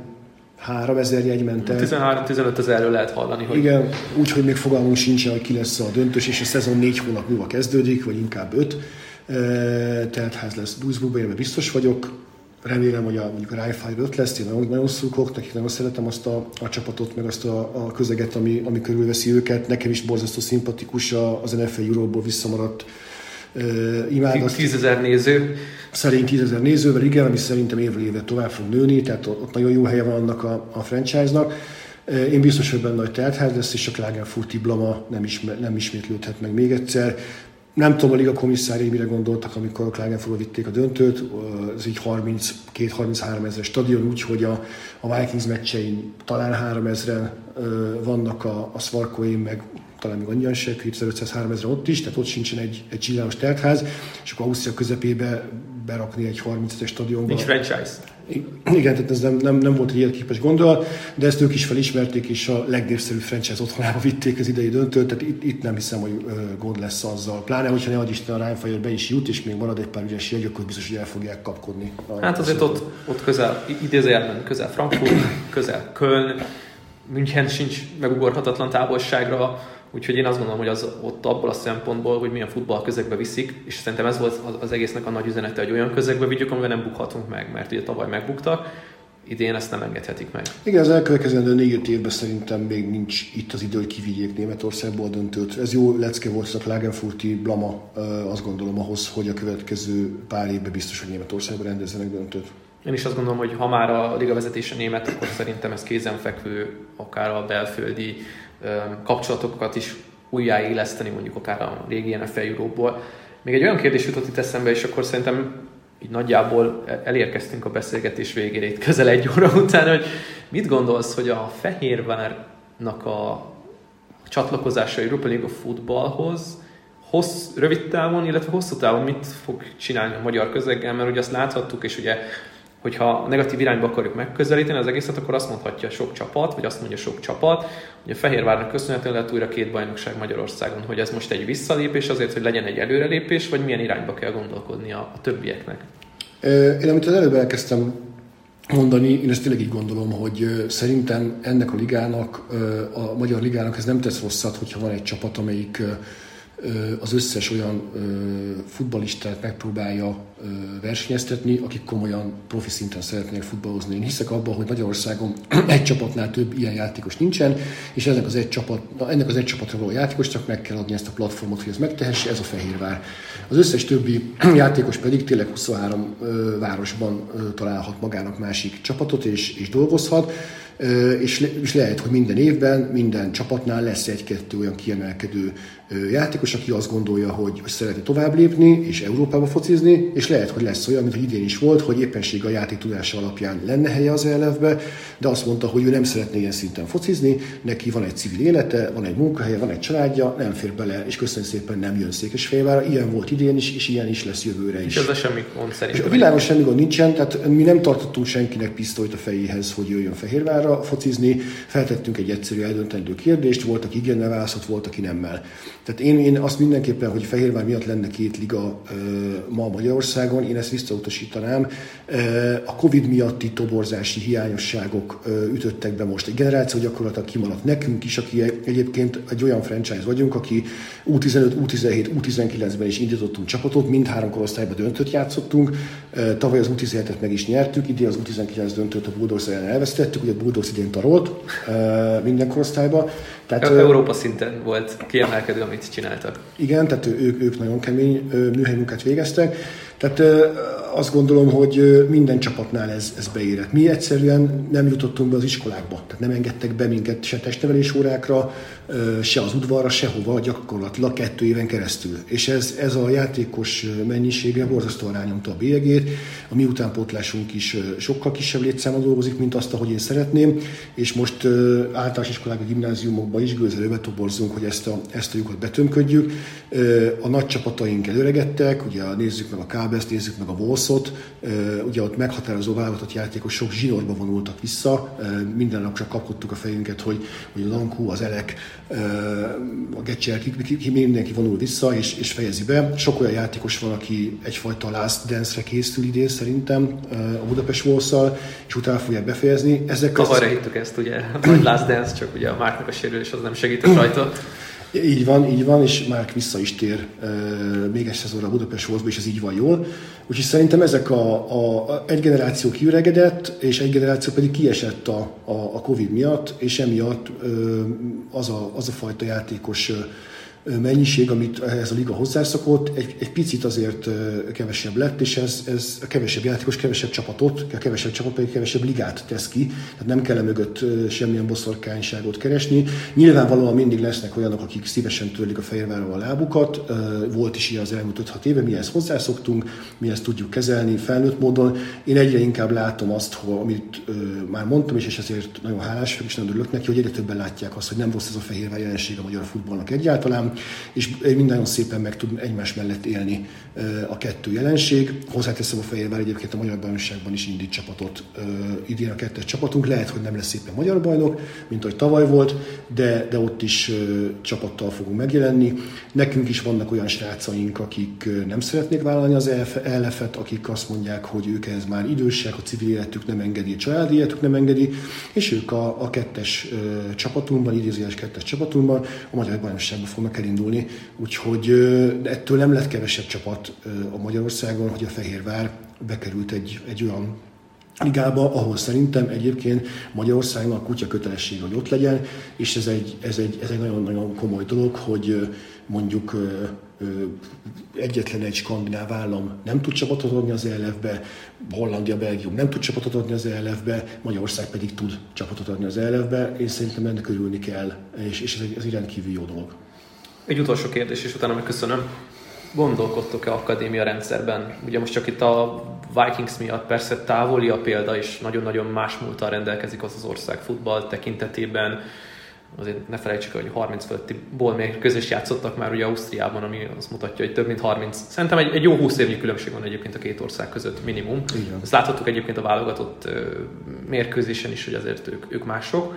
000 jegy ment el. 13-15 000-ről lehet hallani. Hogy... Igen, úgyhogy még fogalmunk sincsen, hogy ki lesz a döntős, és a szezon 4 hónap múlva kezdődik, vagy inkább 5. Teltház lesz Duisburgban, én biztos vagyok. Remélem, hogy mondjuk a Rheinfire 5 lesz, én nagyon szurkolok, nekik nagyon szeretem azt a csapatot, meg azt a közeget, ami körülveszi őket. Nekem is borzasztó szimpatikus az NFL Europe-ból visszamaradt imádat. 10 000 néző. Szerint 10 000 nézővel, igen, ami szerintem évről évre tovább fog nőni, tehát ott nagyon jó helye van annak a franchise-nak. Én biztos, hogy benne, hogy teltház lesz, és a Klagenfurti blama nem ismétlődhet meg még egyszer. Nem tudom, a liga komisszári mire gondoltak, amikor a Klagenfurtba vitték a döntőt. Ez így 32-33 ezer stadion, úgyhogy a Vikings meccsein talán 3000-en vannak a Szvarkóin, meg talán még annyian se, 2500-3000 ott is, tehát ott sincsen egy csillános teltház, és akkor Ausztria közepébe berakni egy 30 ezer stadionba. Nincs franchise. Igen, tehát ez nem volt egy életképes gondolat, de ezt ők is felismerték, és a legnépszerűbb franchise otthonába vitték az idei döntőt, tehát itt nem hiszem, hogy gond lesz azzal. Pláne, hogyha ne adj Isten a Rheinfire be is jut, és még marad egy pár ügyes jegy, akkor biztos, hogy el fogják kapkodni. Hát azért ott közel, idézőjelben közel Frankfurt, közel Köln, München sincs megugorhatatlan távolságra, úgyhogy én azt gondolom, hogy az ott abból a szempontból, hogy milyen futball közegbe viszik, és szerintem ez volt az egésznek a nagy üzenete, hogy olyan közegbe vigyük, amivel nem bukhatunk meg, mert ugye tavaly megbuktak, idén ezt nem engedhetik meg. Igen, az elkövetkezendő 4-5 évben szerintem még nincs itt az idő, hogy kivigyék Németországból a döntőt. Ez jó lecke volt a Klagenfurti blama, azt gondolom ahhoz, hogy a következő pár évben biztos, hogy Németországban rendezzenek döntőt. Én is azt gondolom, hogy ha már a liga vezetése német, akkor szerintem ez kézenfekvő, akár a belföldi kapcsolatokat is újjáéleszteni, mondjuk akár a régi NFL Europe-ból. Még egy olyan kérdés jutott itt eszembe, és akkor szerintem így nagyjából elérkeztünk a beszélgetés végére itt közel 1 óra után, hogy mit gondolsz, hogy a Fehérvárnak a csatlakozása a Europa League of Footballhoz rövid távon, illetve hosszú távon mit fog csinálni a magyar közeggel, mert ugye azt láthattuk, és ugye, hogyha negatív irányba akarjuk megközelíteni az egészet, akkor azt mondhatja sok csapat, vagy azt mondja sok csapat, hogy a Fehérvárnak köszönhetően lett újra 2 bajnokság Magyarországon, hogy ez most egy visszalépés azért, hogy legyen egy előrelépés, vagy milyen irányba kell gondolkodni a többieknek? Én amit az előbb elkezdtem mondani, én ezt tényleg így gondolom, hogy szerintem ennek a ligának, a magyar ligának ez nem tesz rosszat, hogyha van egy csapat, amelyik az összes olyan futballistát megpróbálja versenyeztetni, akik komolyan profi szinten szeretnének futballozni. Én hiszek abban, hogy Magyarországon egy csapatnál több ilyen játékos nincsen, és ennek az egy csapatra való játékosnak meg kell adni ezt a platformot, hogy ez megtehesse, ez a Fehérvár. Az összes többi játékos pedig tényleg 23 városban találhat magának másik csapatot, és dolgozhat. És lehet, hogy minden évben, minden csapatnál lesz 1-2 olyan kiemelkedő játékos, aki azt gondolja, hogy szeretne tovább lépni és Európába focizni, és lehet, hogy lesz olyan, mint hogy idén is volt, hogy éppenség a játék tudása alapján lenne helye az ELF-be, de azt mondta, hogy ő nem szeretne ilyen szinten focizni, neki van egy civil élete, van egy munkahelye, van egy családja, nem fér bele, és köszönjük szépen nem jön Székesfehérvárra. Ilyen volt idén is, és ilyen is lesz jövőre is. És ezzel semmi gond szerintem. A világon semmi gond nincsen, tehát mi nem tartottunk senkinek pisztolyt a fejéhez, hogy jöjjön Fehérvárra focizni, feltettünk egy egyszerű eldöntendő kérdést, volt, aki igennel válaszolt, volt, aki nemmel. Tehát én azt mindenképpen, hogy Fehérvár miatt lenne 2 liga ma Magyarországon, én ezt visszautasítanám. A Covid miatti toborzási hiányosságok ütöttek be most. Egy generáció gyakorlatilag kimaradt nekünk is, aki egyébként egy olyan franchise vagyunk, aki U15, U17, U19-ben is indítottunk csapatot, mindhárom korosztályban döntőt játszottunk. Tavaly az U17-et meg is nyertük, idén az U19 döntőt a Bulldogs ellen elvesztettük, ugye a Bulldogs idén tarolt minden korosztályban. Tehát, Európa szinten volt kiemelkedő, amit csináltak. Igen, tehát ők nagyon kemény műhelymunkát végeztek. Tehát azt gondolom, hogy minden csapatnál ez beérett. Mi egyszerűen nem jutottunk be az iskolákba, tehát nem engedtek be minket se testnevelés órákra, se az udvarra, sehova, gyakorlatilag 2 éven keresztül. És ez a játékos mennyisége borzasztóan rányomta a bélyegét. A mi utánpótlásunk is sokkal kisebb létszámon dolgozik, mint azt, ahogy én szeretném, és most általános iskolákban, gimnáziumokban is gőzerőbe toborzunk, hogy ezt a lyukat betömködjük. A nagy csapataink előregettek, ugye nézzük meg a Kábeszt, nézzük meg a Wolfsot, ugye ott meghatározó válogatott játékosok zsinórba vonultak vissza, minden nap csak kapkodtuk a fejünket, hogy a Lankó, az Elek, a Gecser, mindenki vonul vissza és fejezi be. Sok olyan játékos van, aki egyfajta last dance-re készül idén szerintem a Budapest Wolfsszal, és utána fogják befejezni. Tavalyra hittük ezt, ugye, hogy last dance, csak ugye a Márknak a sérülés az nem segített rajta. Így van, és Márk vissza is tér még egy szezonra a Budapest Wolfsba, és ez így van jól. Úgyhogy szerintem ezek egy generáció kiüregedett, és egy generáció pedig kiesett a Covid miatt, és emiatt az a fajta játékos mennyiség, amit ez a liga hozzászokott, egy picit azért kevesebb lett, és ez a kevesebb játékos, kevesebb csapatot, a kevesebb csapat pedig kevesebb ligát tesz ki, tehát nem kell mögött semmilyen boszorkányságot keresni. Nyilvánvalóan mindig lesznek olyanok, akik szívesen törlik a Fehérvárral a lábukat, volt is ilyen az elmúlt 5-6 éve, mi ezt hozzászoktunk, mi ezt tudjuk kezelni felnőtt módon. Én egyre inkább látom azt, amit már mondtam is, és ezért nagyon hálás vagyok, és nagyon örülök neki, hogy egyre többen látják azt, hogy nem rossz ez a Fehérvár jelenség a magyar futballnak egyáltalán, és nagyon szépen meg tud egymás mellett élni a 2 jelenség. Hozzáteszem, a Fehérvár egyébként a magyar bajnokságban is indít csapatot. Idén a 2-es csapatunk, lehet, hogy nem lesz szépen magyar bajnok, mint ahogy tavaly volt, de ott is csapattal fogunk megjelenni. Nekünk is vannak olyan srácaink, akik nem szeretnék vállalni az ELF-et, akik azt mondják, hogy ők ez már idősek, a civil életük nem engedi, a családi életük nem engedi, és ők a 2-es csapatunkban, idézőjeles 2-es csapatunkban a magyar bajnokságban fognak elindulni, úgyhogy ettől nem lett kevesebb csapat a Magyarországon, hogy a Fehérvár bekerült egy olyan ligába, ahol szerintem egyébként Magyarországnak kutya kötelessége, hogy ott legyen, és ez egy nagyon-nagyon komoly dolog, hogy mondjuk egyetlen egy skandináv állam nem tud csapatot adni az ELF-be, Hollandia, Belgium nem tud csapatot adni az ELF-be, Magyarország pedig tud csapatot adni az ELF-be. Én szerintem ennek örülni kell, és ez egy rendkívül jó dolog. Egy utolsó kérdés, és utána megköszönöm. Gondolkodtok-e akadémia rendszerben? Ugye most csak itt a Vikings miatt persze távoli a példa, és nagyon-nagyon más múlttal rendelkezik az ország futball tekintetében. Azért ne felejtsük, hogy 30 fölötti mérkőzést játszottak már ugye Ausztriában, ami azt mutatja, hogy több mint 30. Szerintem egy jó 20 évnyi különbség van egyébként a két ország között minimum. Igen. Ezt láthattuk egyébként a válogatott mérkőzésen is, hogy azért ők mások.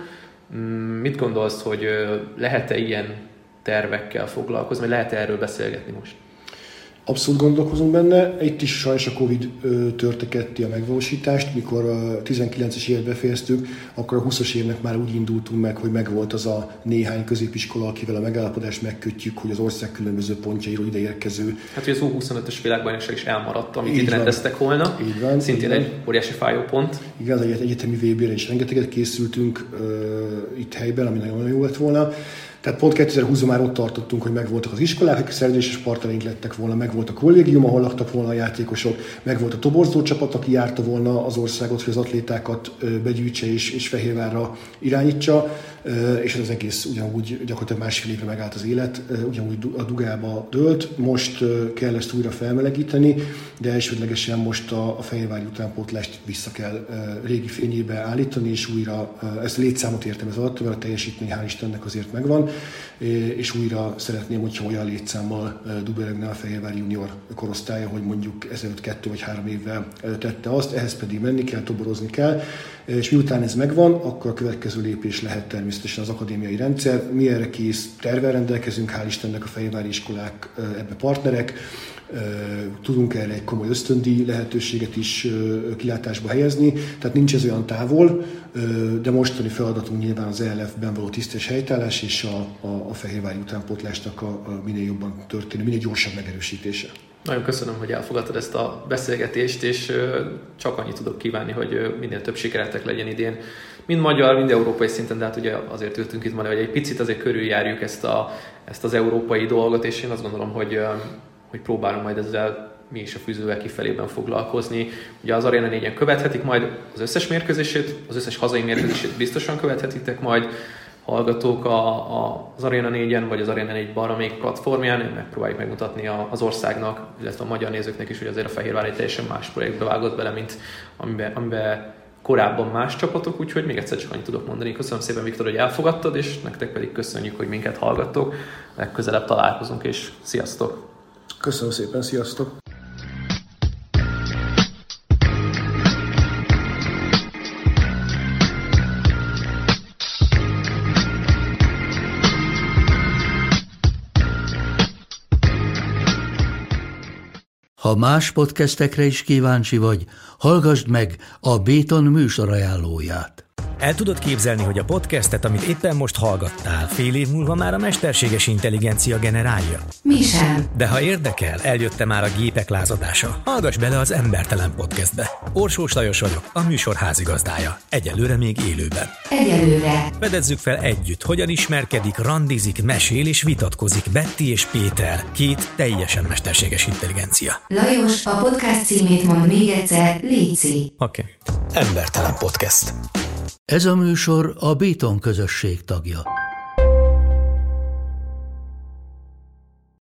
Mit gondolsz, hogy lehet-e ilyen tervekkel foglalkozni, vagy lehet-e erről beszélgetni most? Abszolút gondolkozunk benne. Itt is sajnos a Covid törte ketté a megvalósítást. Mikor a 19-es évet befejeztük, akkor a 20-as évnek már úgy indultunk meg, hogy megvolt az a néhány középiskola, akivel a megállapodást megkötjük, hogy az ország különböző pontjairól ide érkező. Hát, hogy az U25-ös világbajnokság is elmaradt, amit itt rendeztek volna. Így van. Szintén egy óriási fájó pont. Igen, egy egyetemi VB-re is rengeteget készültünk itt helyben, ami nagyon jó lett volna. Tehát pont 2020-ban már ott tartottunk, hogy megvoltak az iskolák, akik szerződéses partnereink lettek volna, megvolt a kollégium, ahol laktak volna a játékosok, megvolt a toborzó csapat, aki járta volna az országot, hogy az atlétákat begyűjtse és Fehérvárra irányítsa, és az egész ugyanúgy gyakorlatilag másfél évre megállt az élet, ugyanúgy a dugába dőlt. Most kell ezt újra felmelegíteni, de elsődlegesen most a fehérvári utánpótlást vissza kell régi fényébe állítani, és újra ezt létszámot értem ez alatt, mert a teljesítmény hál' Istennek azért megvan, és újra szeretném, hogyha olyan létszámmal duberegne a Fehérvári junior korosztálya, hogy mondjuk ezelőtt 2 vagy 3 évvel tette azt, ehhez pedig menni kell, toborozni kell, és miután ez megvan, akkor a következő lépés lehet természetesen az akadémiai rendszer. Mi erre kész tervvel rendelkezünk, hál' Istennek a fehérvári iskolák ebbe partnerek, tudunk erre egy komoly ösztöndíj lehetőséget is kilátásba helyezni, tehát nincs ez olyan távol, de mostani feladatunk nyilván az ELF-ben való tisztes helytállás és a fehérvári utánpótlásnak a minél jobban történő, minél gyorsabb megerősítése. Nagyon köszönöm, hogy elfogadtad ezt a beszélgetést, és csak annyit tudok kívánni, hogy minél több sikeretek legyen idén. Mind magyar, mind európai szinten, de hát ugye azért ültünk itt majd, hogy egy picit azért körüljárjuk ezt az európai dolgot, és én azt gondolom, hogy próbálunk majd ezzel mi is a Fűzővel kifelében foglalkozni. Ugye az Arena 4-en követhetik majd az összes mérkőzését, az összes hazai mérkőzését biztosan követhetitek majd hallgatók az Arena 4-en, vagy az Arena 4 valamelyik platformján, megpróbáljuk megmutatni az országnak, illetve a magyar nézőknek is, hogy azért a Fehérvár egy teljesen más projektbe vágott bele, mint amiben korábban más csapatok, úgyhogy még egyszer csak annyit tudok mondani. Köszönöm szépen, Viktor, hogy elfogadtad, és nektek pedig köszönjük, hogy minket hallgattok. Legközelebb találkozunk, és sziasztok! Köszönöm szépen, sziasztok! Ha más podcastekre is kíváncsi vagy, hallgassd meg a Béton műsor ajánlóját. El tudod képzelni, hogy a podcastet, amit éppen most hallgattál, fél év múlva már a mesterséges intelligencia generálja? Mi sem. De ha érdekel, eljött már a gépek lázadása. Hallgass bele az Embertelen podcastbe. Orsós Lajos vagyok, a műsor házigazdája. Egyelőre még élőben. Egyelőre. Fedezzük fel együtt, hogyan ismerkedik, randizik, mesél és vitatkozik Betty és Péter, 2 teljesen mesterséges intelligencia. Lajos, a podcast címét mond még egyszer, léci. Oké. Embertelen podcast. Ez a műsor a Béton közösség tagja.